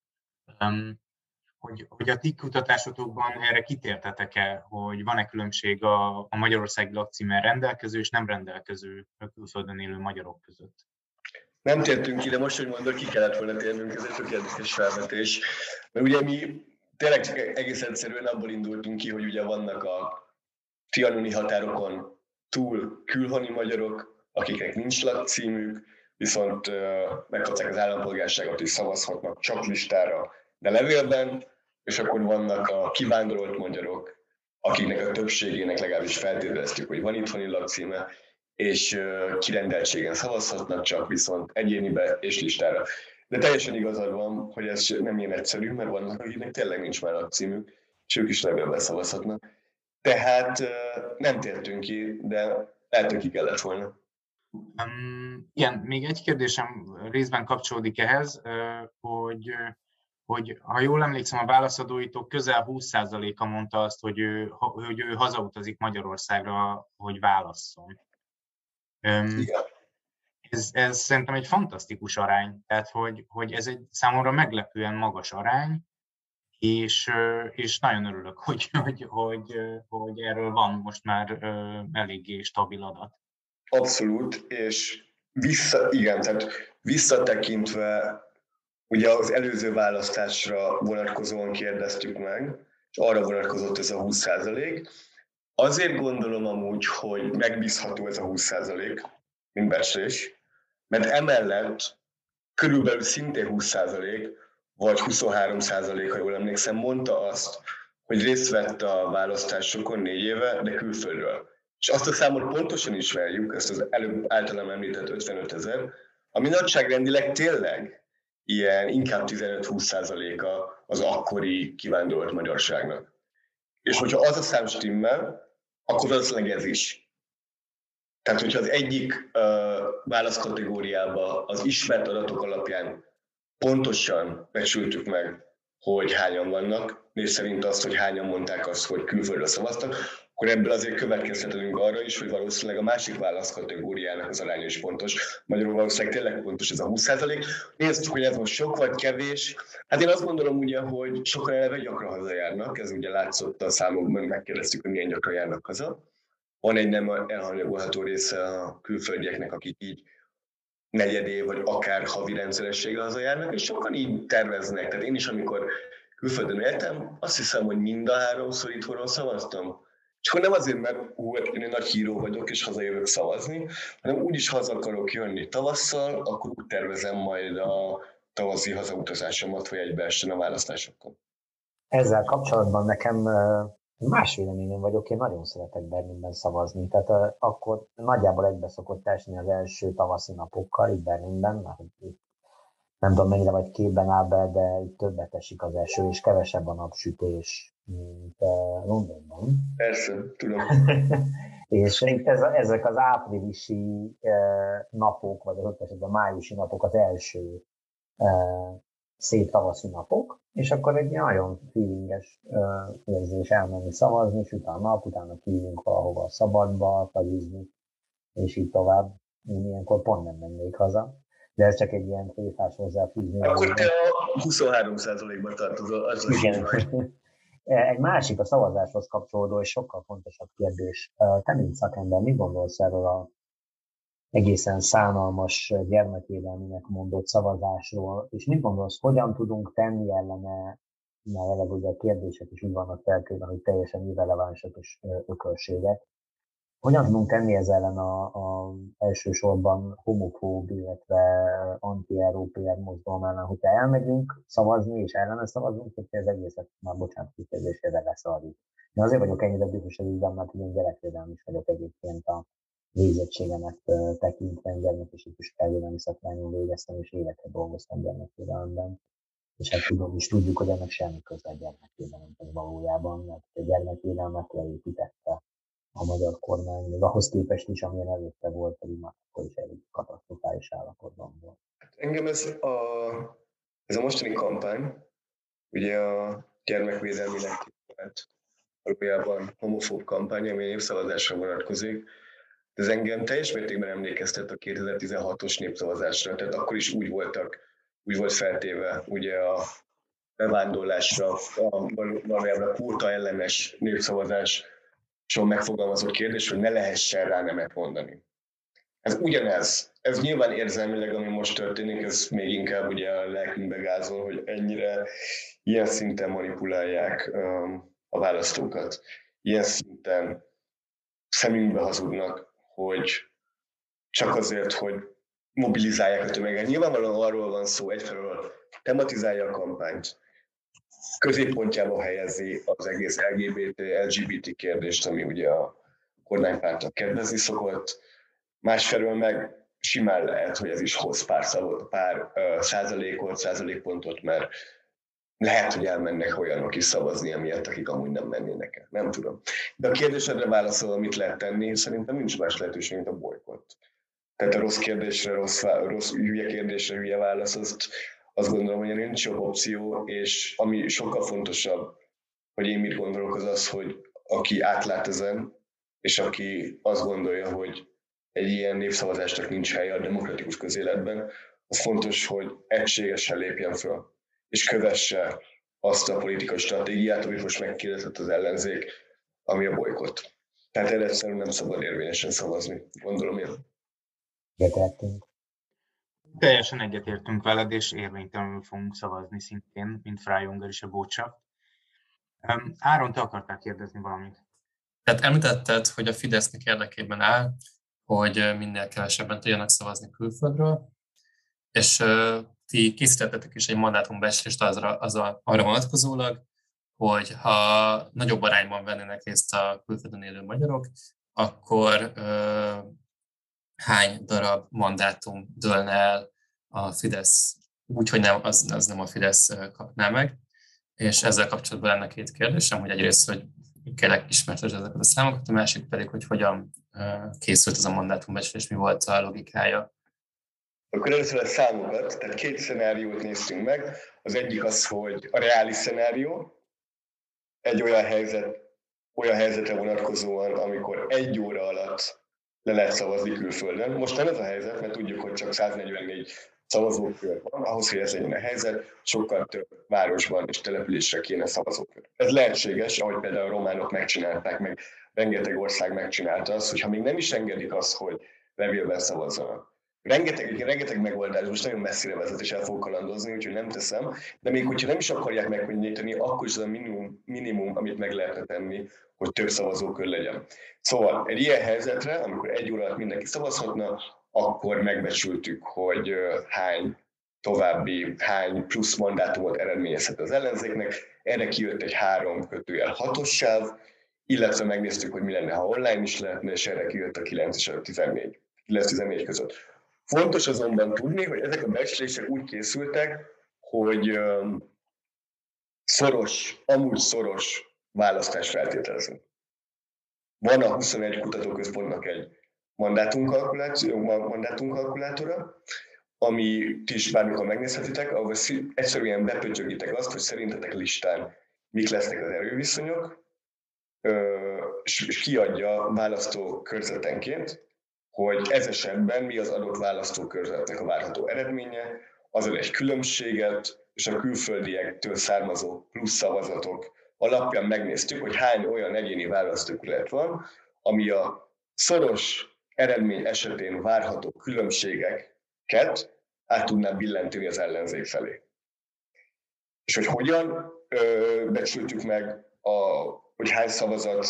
Hogy, hogy a ti kutatásotokban erre kitértetek-e, hogy van-e különbség a, a magyarországi lakcímmel rendelkező és nem rendelkező külföldön élő magyarok között? Nem tértünk ki, de most, hogy mondod, ki kellett volna térnünk, ez egy tökéletes felvetés. Mert ugye mi tényleg csak egész egyszerűen abból indultunk ki, hogy ugye vannak a trianoni határokon túl külhoni magyarok, akiknek nincs lakcímük, viszont megkapták az állampolgárságot és szavazhatnak csak listára, de levélben, és akkor vannak a kivándorolt magyarok, akiknek a többségének legalábbis feltételeztük, hogy van itthoni lakcíme, és kirendeltségen szavazhatnak csak, viszont egyénibe és listára. De teljesen igazad van, hogy ez nem ilyen egyszerű, mert vannak, akiknek tényleg nincs már lakcímük, és ők is levélben szavazhatnak. Tehát nem tértünk ki, de lehet, hogy ki kellett volna. Um, igen, még egy kérdésem részben kapcsolódik ehhez, hogy hogy ha jól emlékszem, a válaszadóitok közel húsz százaléka mondta azt, hogy ő, hogy ő hazautazik Magyarországra, hogy válasszon. Ez, ez szerintem egy fantasztikus arány, tehát hogy, hogy ez egy számomra meglepően magas arány, és, és nagyon örülök, hogy, hogy, hogy, hogy erről van most már eléggé stabil adat. Abszolút, és vissza, igen, tehát visszatekintve ugye az előző választásra vonatkozóan kérdeztük meg, és arra vonatkozott ez a húsz százalék. Azért gondolom amúgy, hogy megbízható ez a húsz százalék, mint becslés, mert emellett körülbelül szintén húsz százalék, vagy huszonhárom százalék, ha jól emlékszem, mondta azt, hogy részt vett a választásokon négy éve, de külföldről. És azt a számot pontosan ismerjük, ezt az előbb általam említett ötvenöt ezer, ami nagyságrendileg tényleg ilyen inkább tizenöt-húsz százaléka az akkori kivándorolt magyarságnak. És hogyha az a szám stimmel, akkor valószínűleg ez is. Tehát, hogyha az egyik uh, válaszkategóriában az ismert adatok alapján pontosan becsültük meg, hogy hányan vannak, név szerint azt, hogy hányan mondták azt, hogy külföldről szavaztak, akkor ebből azért következtetünk arra is, hogy valószínűleg a másik válaszkategóriának az aránya is pontos. Magyarul valószínűleg tényleg pontos ez a húsz százalék. Nézzük, hogy ez most sok vagy kevés. Hát én azt gondolom ugye, hogy sokan eleve gyakran hazajárnak, ez ugye látszott a számokban, megkérdeztük, hogy milyen gyakran járnak haza. Van egy nem elhanyagolható része a külföldieknek, akik így negyedév vagy akár havi rendszerességgel hazajárnak, és sokan így terveznek. Tehát én is, amikor külföldön éltem, azt hiszem, hogy mind a háromszor itthonról szavaztam. Csak nem azért, mert ú, én egy nagy híró vagyok, és hazajövök szavazni, hanem úgyis haza akarok jönni tavasszal, akkor úgy tervezem majd a tavaszi hazautazásomat, hogy egybeessen a választásokkal. Ezzel kapcsolatban nekem más véleményem vagyok, én nagyon szeretek Berlinben szavazni, tehát uh, akkor nagyjából egybe szokott esni az első tavaszi napokkal itt Berlinben, mert itt nem tudom mennyire vagy képben áll be, de itt többet esik az eső, és kevesebb a napsütés, mint uh, Londonban. Persze, tudom. És ez, ezek az áprilisi uh, napok, vagy az ott esetben májusi napok az első uh, szép tavaszi napok, és akkor egy nagyon feelinges uh, érzés elmenni szavazni, és utána nap, utána kijövünk valahova a szabadba, tagizni, és így tovább. Én ilyenkor pont nem mennék haza, de ez csak egy ilyen tréfás hozzáfűzni. Akkor te a huszonhárom százalékban tartozol, az igen. Egy másik a szavazáshoz kapcsolódó és sokkal fontosabb kérdés. Te, mint szakember, mit gondolsz erről a egészen szánalmas gyermekvédelminek mondott szavazásról, és mit gondolsz, hogyan tudunk tenni ellene, mert eleve ugye a kérdések is úgy vannak felkérve, hogy teljesen irrelevánsak és ökölségek. Hogyan tudunk tenni ez ellen a, a elsősorban homofób, illetve anti-európér mozgalom ellen, hogyha elmegyünk szavazni és ellene szavazunk, hogyha ez egészet már bocsánat kifejezésére leszarjuk. De azért vagyok ennyire biztos az ügyben, mert én gyerekvédelem is vagyok egyébként a végzettségemet tekintve, én gyermekesítés elvédelmi szakmányon végeztem, és évekre dolgoztam gyermekvédelemben. És hát tudom, is tudjuk, hogy ennek semmi köze a gyermekvédelemhez valójában, mert a gyermekvédelmet leépítette a magyar kormány, még ahhoz képest is, amilyen előtte volt, pedig már akkor is elég katasztrofális állapotban volt. Engem ez a, ez a mostani kampány, ugye a gyermekvédelminek kívánt valójában homofób kampány, ami a népszavazásra vonatkozik, de ez engem teljes mértékben emlékeztet a kétezer-tizenhatos népszavazásra, tehát akkor is úgy voltak, úgy volt feltéve ugye a bevándorlásra, a valójában a kvóta ellenes népszavazás megfogalmazott kérdés, hogy ne lehessen rá nemet mondani. Ez ugyanez. Ez nyilván érzelmileg, ami most történik, ez még inkább ugye a lelkünkbe gázol, hogy ennyire ilyen szinten manipulálják um, a választókat. Ilyen szinten szemünkbe hazudnak, hogy csak azért, hogy mobilizálják a tömeget. Nyilvánvalóan arról van szó, egyfelől tematizálja a kampányt, középpontjába helyezi az egész el gé bé té, el gé bé té kérdést, ami ugye a kormánypártnak kedvezni szokott. Másfelől meg simán lehet, hogy ez is hoz pár, szavot, pár uh, százalékot, százalékpontot, mert lehet, hogy elmennek olyanok is szavazni, amiért, akik amúgy nem mennének el. Nem tudom. De a kérdésedre válaszolva, mit lehet tenni, szerintem nincs más lehetőség, mint a bolykott. Tehát a rossz kérdésre, rossz, rossz hülye kérdésre, hülye válasz, azt, azt gondolom, hogy nincs jobb opció, és ami sokkal fontosabb, hogy én mit gondolok, az az, hogy aki átlát ezen, és aki azt gondolja, hogy egy ilyen népszavazásnak nincs helye a demokratikus közéletben, az fontos, hogy egységesen lépjen föl, és kövesse azt a politikai stratégiát, amit most megkérdezett az ellenzék, ami a bolykott. Tehát erre egyszerűen nem szabad érvényesen szavazni, gondolom én. Egyetértünk. Teljesen egyetértünk veled, és érvénytelenül fogunk szavazni szintén, mint Frey Unger és a Botschaft. Áron, te akartál kérdezni valamit? Tehát említetted, hogy a Fidesznek érdekében áll, hogy minél kevesebben tudjanak szavazni külföldről, és uh, ti készítettetek is egy mandátumbecslést azra, az a, arra vonatkozólag, hogy ha nagyobb arányban vennének részt a külföldön élő magyarok, akkor uh, hány darab mandátum dőlne el a Fidesz, úgyhogy nem, az, az nem a Fidesz kapná meg. És ezzel kapcsolatban lenne két kérdésem, hogy egyrészt, hogy kérlek ismertesd ezeket a számokat, a másik pedig, hogy hogyan készült ez a mandátumbecslés, mi volt a logikája. Akkor először a számokat, tehát két szenáriót néztünk meg. Az egyik az, hogy a reális szenárió, egy olyan helyzet, olyan helyzetre vonatkozóan, amikor egy óra alatt le lehet szavazni külföldön. Most nem ez a helyzet, mert tudjuk, hogy csak száznegyvennégy szavazókör van, ahhoz, hogy ez legyen a helyzet, sokkal több városban és településre kéne szavazókör. Ez lehetséges, ahogy például a románok megcsinálták, meg rengeteg ország megcsinálta azt, hogy ha még nem is engedik azt, hogy levélben szavazzanak. Rengeteg, rengeteg megoldás, most nagyon messzire vezet, és el fogok kalandozni, úgyhogy nem teszem, de még hogyha nem is akarják megkönnyíteni, akkor is az a minimum, minimum, amit meg lehetne tenni, hogy több szavazókör legyen. Szóval egy ilyen helyzetre, amikor egy óra alatt mindenki szavazhatna, akkor megbecsültük, hogy hány további, hány plusz mandátumot eredményezhet az ellenzéknek. Erre kijött egy három kötőjel hatos sáv, illetve megnéztük, hogy mi lenne, ha online is lehetne, és erre kijött a kilenc és a tizennégy, kilenc tizennégy között. Fontos azonban tudni, hogy ezek a becslések úgy készültek, hogy szoros, amúgy szoros választást feltételezünk. Van a huszonegy kutatóközpontnak egy mandátumkalkulátora, amit is bármikor megnézhetitek, ahol egyszerűen bepötyögitek azt, hogy szerintetek listán mik lesznek az erőviszonyok, és kiadja választókörzetenként, hogy ez esetben mi az adott választókörzetnek a várható eredménye, azon egy különbséget, és a külföldiektől származó plusz szavazatok alapján megnéztük, hogy hány olyan egyéni választókerület van, ami a szoros eredmény esetén várható különbségeket át tudná billenteni az ellenzék felé. És hogy hogyan ö, becsültük meg, a, hogy hány szavazat,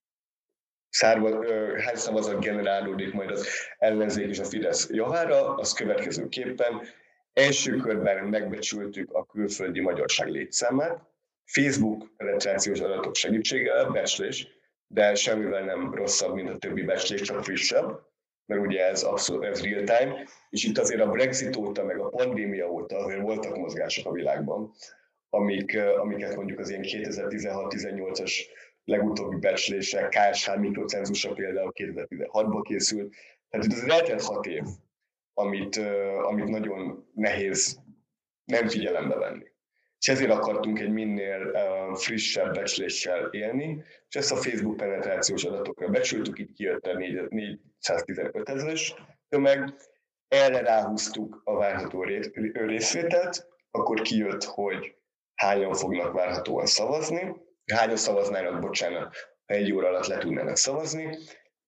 szárva, ö, hány szavazat generálódik majd az ellenzék és a Fidesz javára, az következőképpen. Első körben megbecsültük a külföldi magyarság létszámát, Facebook penetrációs adatok segítségével, becslés, de semmivel nem rosszabb, mint a többi becslés, csak frissebb, mert ugye ez abszolút ez real time, és itt azért a Brexit óta, meg a pandémia óta azért voltak mozgások a világban, amik, amiket mondjuk az ilyen kétezer-tizenhat-tizennyolcas legutóbbi becslések, ká es há mikrocenzusa például kétezer-tizenhatban készült, tehát itt azért eltelt hat év, amit, amit nagyon nehéz nem figyelembe venni. És ezért akartunk egy minél uh, frissebb becsléssel élni, és ezt a Facebook penetrációs adatokra becsültük, így kijött a négyszáztizenöt ezeres tömeg, erre ráhúztuk a várható részvételt, akkor kijött, hogy hányan fognak várhatóan szavazni, hányan szavaznának, bocsánat, ha egy óra alatt le tudnának szavazni.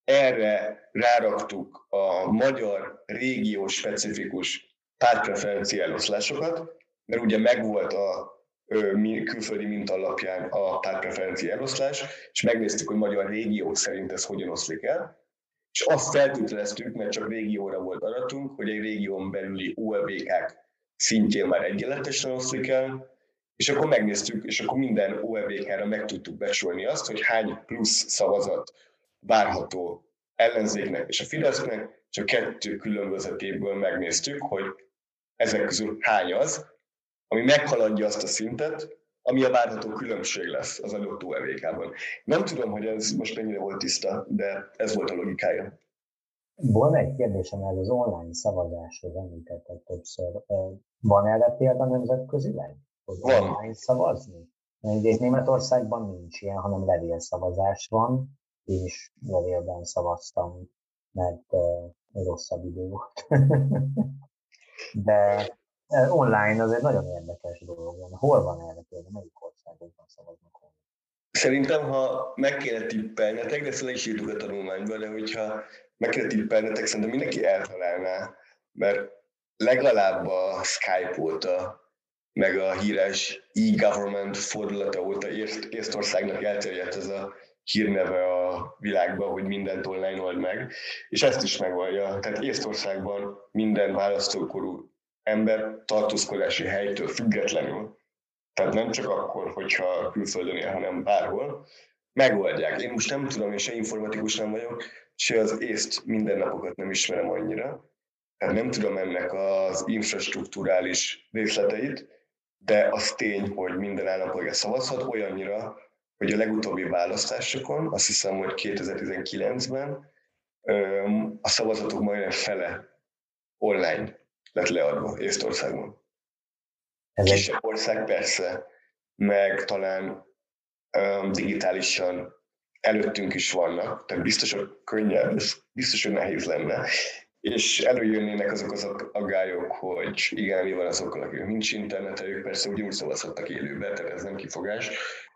Erre ráraktuk a magyar régiós specifikus pártpreferencia eloszlásokat, mert ugye megvolt a külföldi minta alapján a pártpreferencia eloszlás, és megnéztük, hogy magyar régiók szerint ez hogyan oszlik el, és azt feltételeztük, mert csak régióra volt adatunk, hogy egy régión belüli o e vé ká-k szintjén már egyenletesen oszlik el, és akkor megnéztük, és akkor minden o e vé ká-ra meg tudtuk besorolni azt, hogy hány plusz szavazat várható ellenzéknek és a Fidesznek, és a kettő különbözetéből megnéztük, hogy ezek közül hány az, ami meghaladja azt a szintet, ami a várható különbség lesz az adott o e vé ká-ban. Nem tudom, hogy ez most mennyire volt tiszta, de ez volt a logikája. Volna egy kérdésem, ez az online szavazásról említettek többször. Van erre példa nemzetközileg? Hogy van. Online szavazni? Ugye Németországban nincs ilyen, hanem levélszavazás van. Én is levélben szavaztam, mert uh, rosszabb idő volt. De uh, online az egy nagyon érdekes dolog. Hol van erre például? Melyik országokban szavaznak online? Szerintem, ha meg kéne tippelnetek, de ezt le is írtuk a tanulmányba, de hogyha meg kéne tippelnetek, szerintem mindenki eltalálná, mert legalább a Skype óta, meg a híres e-government fordulata óta Észtországnak elterjedt ez a hírneve a világban, hogy mindent online old meg, és ezt is megvallja. Tehát Észtországban minden választókorú ember tartózkodási helytől függetlenül, tehát nem csak akkor, hogyha külföldön él, hanem bárhol, megoldják. Én most nem tudom, én se informatikus nem vagyok, se az észt mindennapokat nem ismerem annyira, tehát nem tudom ennek az infrastrukturális részleteit, de az tény, hogy minden állampolgár szavazhat olyannyira, hogy a legutóbbi választásokon, azt hiszem, hogy kétezer-tizenkilencben a szavazatok majdnem fele online lett leadva Észtországban. Kisebb ország persze, meg talán um, digitálisan előttünk is vannak, tehát biztos, hogy könnyebb, biztos, hogy nehéz lenne. És előjönnének azok az aggályok, hogy igen, mi van azokkal, akik nincs interneten, ők persze ugyanúgy szavazhatnak élőben, tehát ez nem kifogás.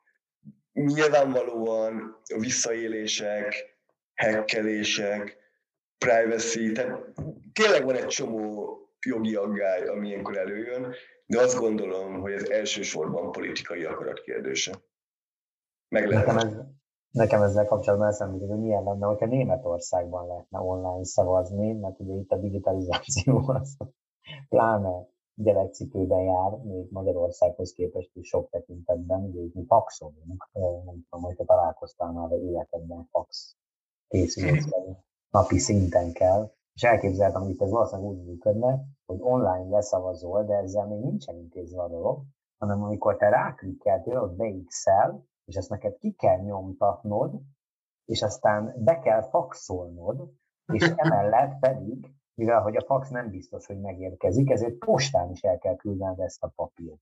Nyilvánvalóan a visszaélések, hackelések, privacy, tehát tényleg van egy csomó jogi aggály, ami ilyenkor előjön, de azt gondolom, hogy ez elsősorban politikai akarat kérdése. Meg lehet. Nekem, ez, nekem ezzel kapcsolatban eszembe, hogy milyen lenne, hogyha Németországban lehetne online szavazni, mert ugye itt a digitalizáció az pláne gyerekcipőben jár, még Magyarországhoz képest is sok tekintetben, ugye itt mi faxolunk, nem tudom, hogyha találkoztál már életedben fax készülésben, napi szinten kell, és elképzeltem, hogy itt ez valószínűleg úgy működne, hogy online leszavazol, de ezzel még nincsen intézve a dolog, hanem amikor te ráklikkeltél, ott beixel, és ezt neked ki kell nyomtatnod, és aztán be kell faxolnod, és emellett pedig, mivel hogy a fax nem biztos, hogy megérkezik, ezért postán is el kell küldened ezt a papírt.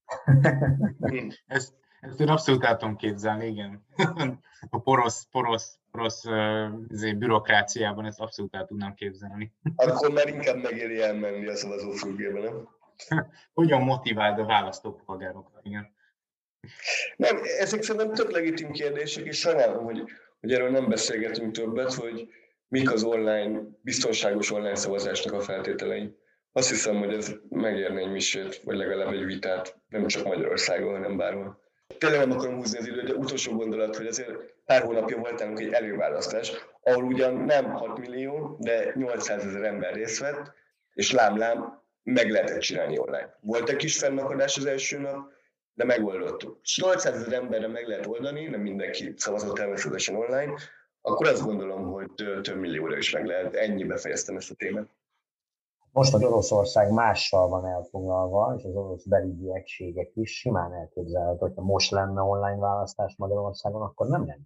ezt, ezt én abszolút el tudom képzelni, igen. A porosz, porosz, porosz uh, bürokráciában ezt abszolút el tudnám képzelni. Akkor már inkább megéri elmenni a szavazófülkébe, nem? Hogyan motiváld a választópolgárokat, igen. Nem, ezek szerintem tök legitim kérdések, és sajnálom, hogy, hogy erről nem beszélgetünk többet, hogy mik az online, biztonságos online szavazásnak a feltételei. Azt hiszem, hogy ez megérne egy misét, vagy legalább egy vitát, nem csak Magyarországon, hanem bárhol. Tényleg nem akarom húzni az időt, de utolsó gondolat, hogy azért pár hónapja volt nálunk egy előválasztás, ahol ugyan nem hat millió, de nyolcszázezer ember részt vett, és lám-lám meg lehetett csinálni online. Volt egy kis fennakadás az első nap, de megoldottuk. És nyolcszázezer emberre meg lehet oldani, nem mindenki szavazott természetesen online, akkor azt gondolom, hogy több millióra is meg lehet. Ennyibe fejeztem ezt a témát. Most, hogy Oroszország mással van elfoglalva, és az orosz belügyi egységek is simán elképzelhető, hogyha most lenne online választás Magyarországon, akkor nem lenne.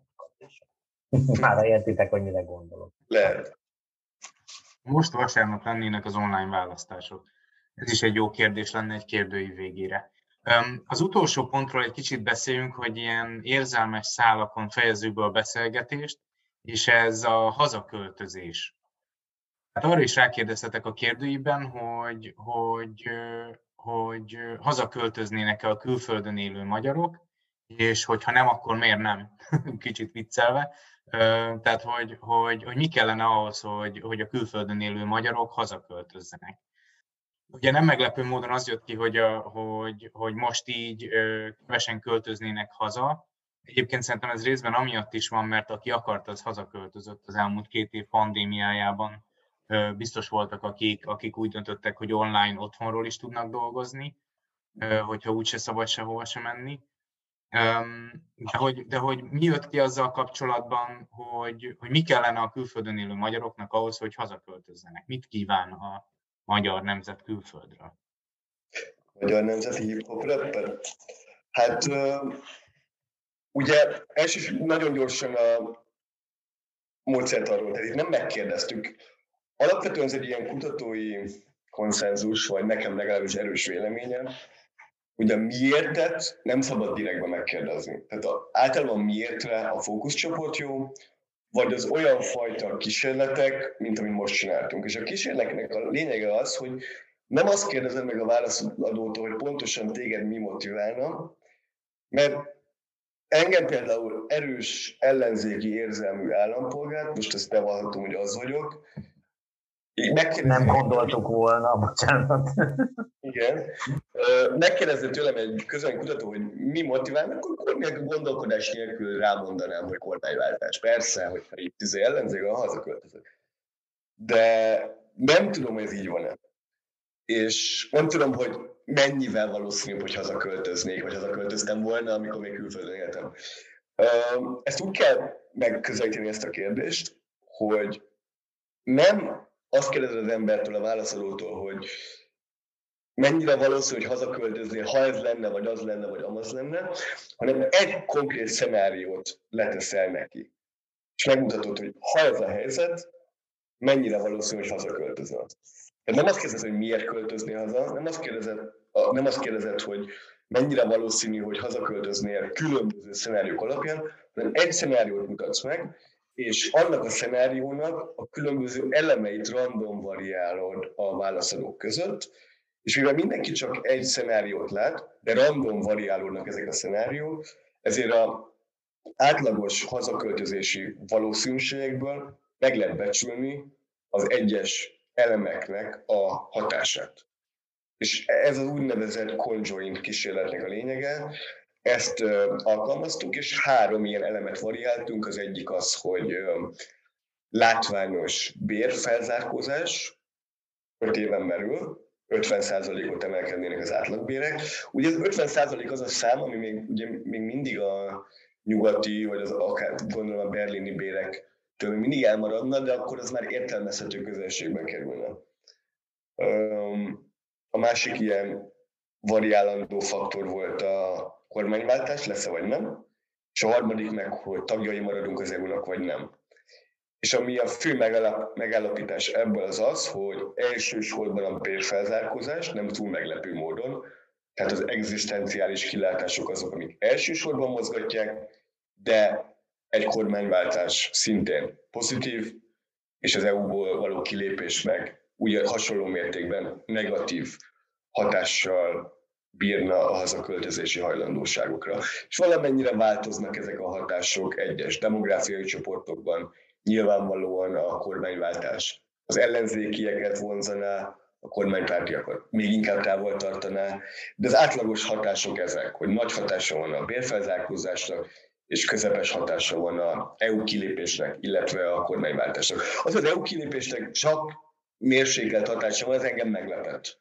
Már értitek, hogy mire gondolok. Lehet. Most vasárnap lennének az online választások. Ez is egy jó kérdés lenne egy kérdőív végére. Az utolsó pontról egy kicsit beszéljünk, hogy ilyen érzelmes szálakon fejezzük be a beszélgetést, és ez a hazaköltözés. Hát arra is rákérdeztetek a kérdőívben, hogy, hogy, hogy hazaköltöznének-e a külföldön élő magyarok, és hogyha nem, akkor miért nem? Kicsit viccelve. Tehát, hogy, hogy, hogy mi kellene ahhoz, hogy, hogy a külföldön élő magyarok hazaköltözzenek. Ugye nem meglepő módon az jött ki, hogy, a, hogy, hogy most így kevesen költöznének haza. Egyébként szerintem ez részben amiatt is van, mert aki akart, az hazaköltözött az elmúlt két év pandémiájában. Biztos voltak, akik, akik úgy döntöttek, hogy online otthonról is tudnak dolgozni, hogyha úgyse szabad sehova sem menni. De hogy, de hogy mi jött ki azzal kapcsolatban, hogy, hogy mi kellene a külföldön élő magyaroknak ahhoz, hogy hazaköltözzenek? Mit kíván a magyar nemzet külföldről? Magyar nemzeti hip-hop rapper? Hát ugye elsősorban nagyon gyorsan a módszert arról, tehát itt nem megkérdeztük. Alapvetően ez egy ilyen kutatói konszenzus, vagy nekem legalábbis erős véleményem, hogy a miértet nem szabad direktben megkérdezni. Tehát a, általában miértre a fókuszcsoport jó, vagy az olyan fajta kísérletek, mint amit most csináltunk. És a kísérletnek a lényege az, hogy nem azt kérdezed meg a válaszadótól, hogy pontosan téged mi motiválna, mert engem például erős ellenzéki érzelmű állampolgár, most ezt bevallhatom, hogy az vagyok, nem gondoltuk volna, bocsánat. Igen. Megkérdezett tőlem egy közönkutató, hogy mi motivál, akkor gondolkodás nélkül rámondanám, hogy kormányváltás. Persze, hogyha itt tüzé ellenzék, a hazaköltözök. De nem tudom, hogy ez így van-e. És nem tudom, hogy mennyivel valószínűbb, hogy hazaköltöznék, vagy hazaköltöztem volna, amikor még külföldön éltem. Ezt úgy kell megközelíteni ezt a kérdést, hogy nem azt kérdezed az embertől, a válaszadótól, hogy mennyire valószínű, hogy hazaköltöznél, ha ez lenne, vagy az lenne, vagy amaz lenne, hanem egy konkrét szenáriót leteszel neki. És megmutatod, hogy ha ez a helyzet, mennyire valószínű, hogy hazaköltözel. Tehát nem azt kérdezed, hogy miért költöznél haza, nem azt kérdezed, nem azt kérdezed, hogy mennyire valószínű, hogy hazaköltöznél különböző szenáriók alapján, hanem egy szenáriót mutatsz meg, és annak a szenáriónak a különböző elemeit random variálod a válaszadók között, és mivel mindenki csak egy szenáriót lát, de random variálódnak ezek a szenáriók, ezért az átlagos hazaköltözési valószínűségből meg lehet becsülni az egyes elemeknek a hatását. És ez az úgynevezett conjoint kísérletnek a lényege. Ezt uh, alkalmaztuk, és három ilyen elemet variáltunk. Az egyik az, hogy um, látványos bérfelzárkózás öt éven belül, ötven százalékot emelkednének az átlagbérek. Ugye ez ötven százalék az a szám, ami még, ugye, még mindig a nyugati, vagy az akár gondolom a berlini bérektől mindig elmaradna, de akkor az már értelmezhető közelségben kerülne. Um, a másik ilyen variálandó faktor volt a kormányváltás, lesz-e vagy nem, és a harmadik meg, hogy tagjai maradunk az é u-nak vagy nem. És ami a fő megállapítás ebből az az, hogy elsősorban a bérfelzárkózás, nem túl meglepő módon, tehát az egzisztenciális kilátások azok, amik elsősorban mozgatják, de egy kormányváltás szintén pozitív, és az é u-ból való kilépés meg ugye hasonló mértékben negatív hatással bírna a hazaköltözési hajlandóságokra. És valamennyire változnak ezek a hatások egyes demográfiai csoportokban, nyilvánvalóan a kormányváltás. Az ellenzékieket vonzaná, a kormánypártiakat még inkább távol tartaná, de az átlagos hatások ezek, hogy nagy hatása van a bérfelzárkózásnak, és közepes hatása van a é u kilépésnek, illetve a kormányváltásnak. Az az é u kilépésnek csak mérsékelt hatása van, ez engem meglepett.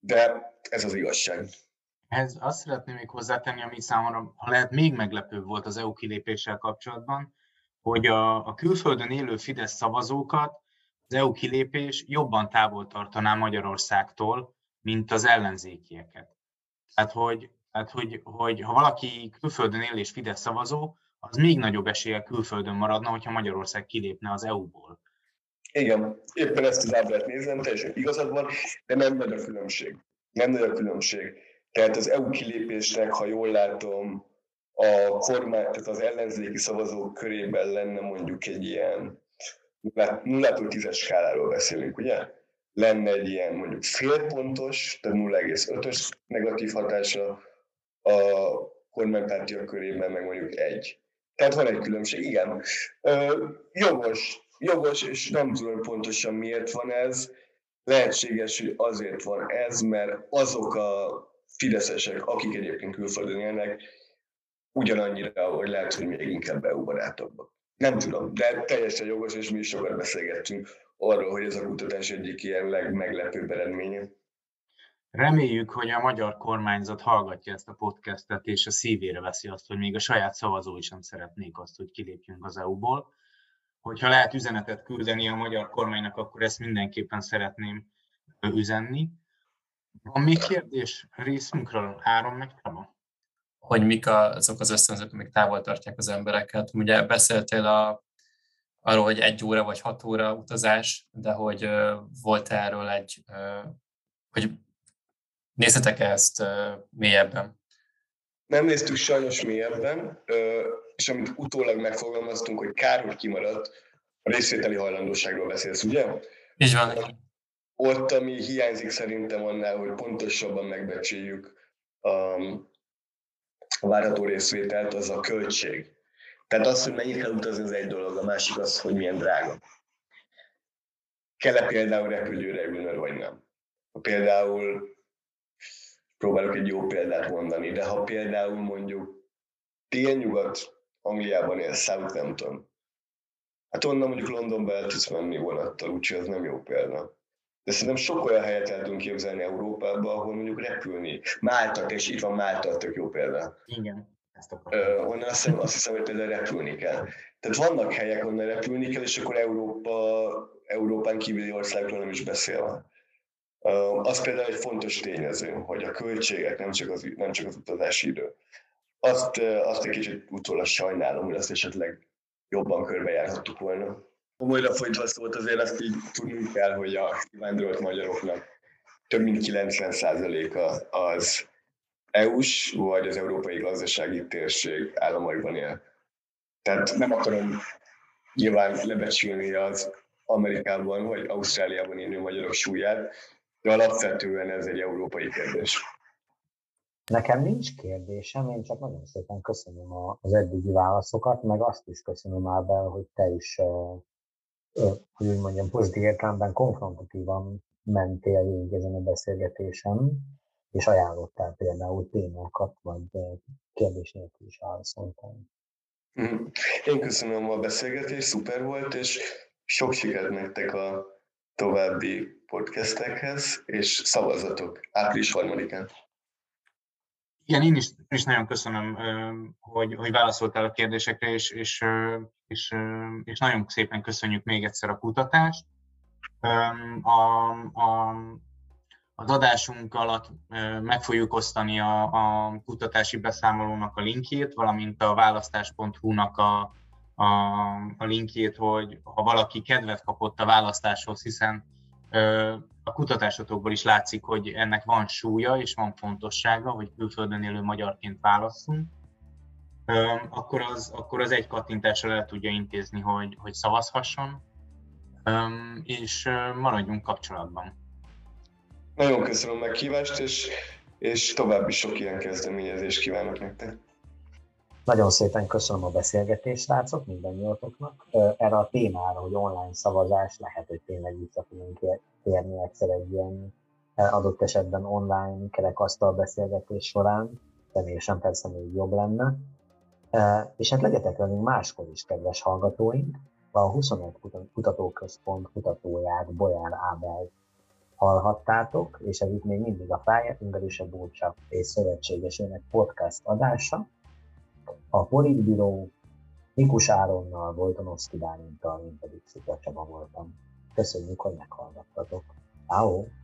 De ez az igazság. Ez azt szeretném még hozzátenni, ami számomra, ha lehet, még meglepőbb volt az é u kilépéssel kapcsolatban, hogy a, a külföldön élő Fidesz szavazókat az é u kilépés jobban távol tartaná Magyarországtól, mint az ellenzékieket. Tehát, hogy, tehát hogy, hogy ha valaki külföldön él és Fidesz szavazó, az még nagyobb eséllyel külföldön maradna, hogyha Magyarország kilépne az é u-ból. Igen, éppen ezt az ábrát nézem, teljesen igazad van, de nem nagy a különbség. Nem nagy a különbség. Tehát az é u kilépésnek, ha jól látom, a kormány, tehát az ellenzéki szavazók körében lenne mondjuk egy ilyen nullától tízes skáláról beszélünk, ugye? Lenne egy ilyen mondjuk félpontos, tehát nulla egész ötös negatív hatása, a kormánypártiak körében meg mondjuk egy. Tehát van egy különbség, igen. Ö, jogos, jogos, és nem tudom pontosan miért van ez. Lehetséges, hogy azért van ez, mert azok a fideszesek, akik egyébként külföldön élnek, ugyanannyira, hogy lehet, hogy még inkább é u barátabbak. Nem tudom, de teljesen jogos, és mi is sokat beszélgettünk arról, hogy ez a kutatás egyik ilyen legmeglepőbb eredménye. Reméljük, hogy a magyar kormányzat hallgatja ezt a podcastet, és a szívére veszi azt, hogy még a saját szavazói sem szeretnék azt, hogy kilépjünk az é u-ból. Hogyha lehet üzenetet küldeni a magyar kormánynak, akkor ezt mindenképpen szeretném üzenni. Van még kérdés részünkről? Áron meg Csaba? Hogy mik azok az ösztönzők, amik távol tartják az embereket. Ugye beszéltél a, arról, hogy egy óra vagy hat óra utazás, de hogy uh, volt erről egy, uh, hogy nézhetek ezt uh, mélyebben? Nem néztük sajnos mélyebben, és amit utólag megfogalmaztunk, hogy kár, hogy kimaradt, a részvételi hajlandóságról beszélsz, ugye? Így van. Ott, ami hiányzik szerintem annál, hogy pontosabban megbecsüljük a várható részvételt, az a költség. Tehát az, hogy mennyit kell utazni, az egy dolog, a másik az, hogy milyen drága. Kell-e például repülőre ülnöd, vagy nem? Ha például, próbálok egy jó példát mondani, de ha például mondjuk délnyugat Angliában él, Southampton, hát onnan mondjuk Londonba el tudsz menni vonattal, úgyhogy ez nem jó példa. De szerintem sok olyan helyet el tudunk képzelni Európában, ahol mondjuk repülni. Málta, és itt van Málta, tök jó példa. Igen, ezt akartam. Onnan azt hiszem, azt hiszem, hogy például repülni kell. Tehát vannak helyek, onnan repülni kell, és akkor Európa, Európán kívüli országról nem is beszélve. Az például egy fontos tényező, hogy a költségek, nem csak az, nem csak az utazási idő. Azt, azt egy kicsit utólag sajnálom, hogy azt esetleg jobban körbejárhattuk volna. Komolyra folytva szólt, azért azt így tudnunk kell, hogy a kivándorolt magyaroknak több mint kilencven százaléka az é u-s vagy az Európai Gazdasági Térség államaiban él. Tehát nem akarom nyilván lebecsülni az Amerikában vagy Ausztráliában élő magyarok súlyát, de alapvetően ez egy európai kérdés. Nekem nincs kérdésem, én csak nagyon szépen köszönöm az eddigi válaszokat, meg azt is köszönöm, Ábel, hogy te is, hogy úgy mondjam, pozitív értelemben konfrontatívan mentél végig ezen a beszélgetésen, és ajánlottál például témákat, vagy kérdés nélkül is válaszoltál. Én köszönöm a beszélgetést, szuper volt, és sok sikert nektek a további podcastekhez, és szavazatok április harmadikán. Igen, én is, én is nagyon köszönöm, hogy, hogy válaszoltál a kérdésekre, és, és, és, és nagyon szépen köszönjük még egyszer a kutatást. A, a, az adásunk alatt meg fogjuk osztani a, a kutatási beszámolónak a linkjét, valamint a választás pont hu-nak a, a, a linkjét, hogy ha valaki kedvet kapott a választáshoz, hiszen a kutatásotokból is látszik, hogy ennek van súlya és van fontossága, hogy külföldön élő magyarként válasszunk, akkor az, akkor az egy kattintással el tudja intézni, hogy, hogy szavazhasson, és maradjunk kapcsolatban. Nagyon köszönöm a meghívást, és, és további sok ilyen kezdeményezést kívánok nektek. Nagyon szépen köszönöm a beszélgetést, srácok, mindannyiatoknak. Erre a témára, hogy online szavazás, lehet, hogy tényleg vissza tudunk térni egyszer egy ilyen adott esetben online kerekasztal beszélgetés során. Személyesen persze még jobb lenne. És hát legyetek velünk máskor is, kedves hallgatóink. A huszonöt Kutatóközpont kutatóját, Bolyár Ábel hallhattátok, és ez itt még mindig a Freie Ungarische Botschaft és szövetségesének podcast adása. A Politbíró Mikus Áronnal, Wojtonowski Bálinttal, én pedig Szikla Csaba voltam. Köszönjük, hogy meghallgattatok. Ciao.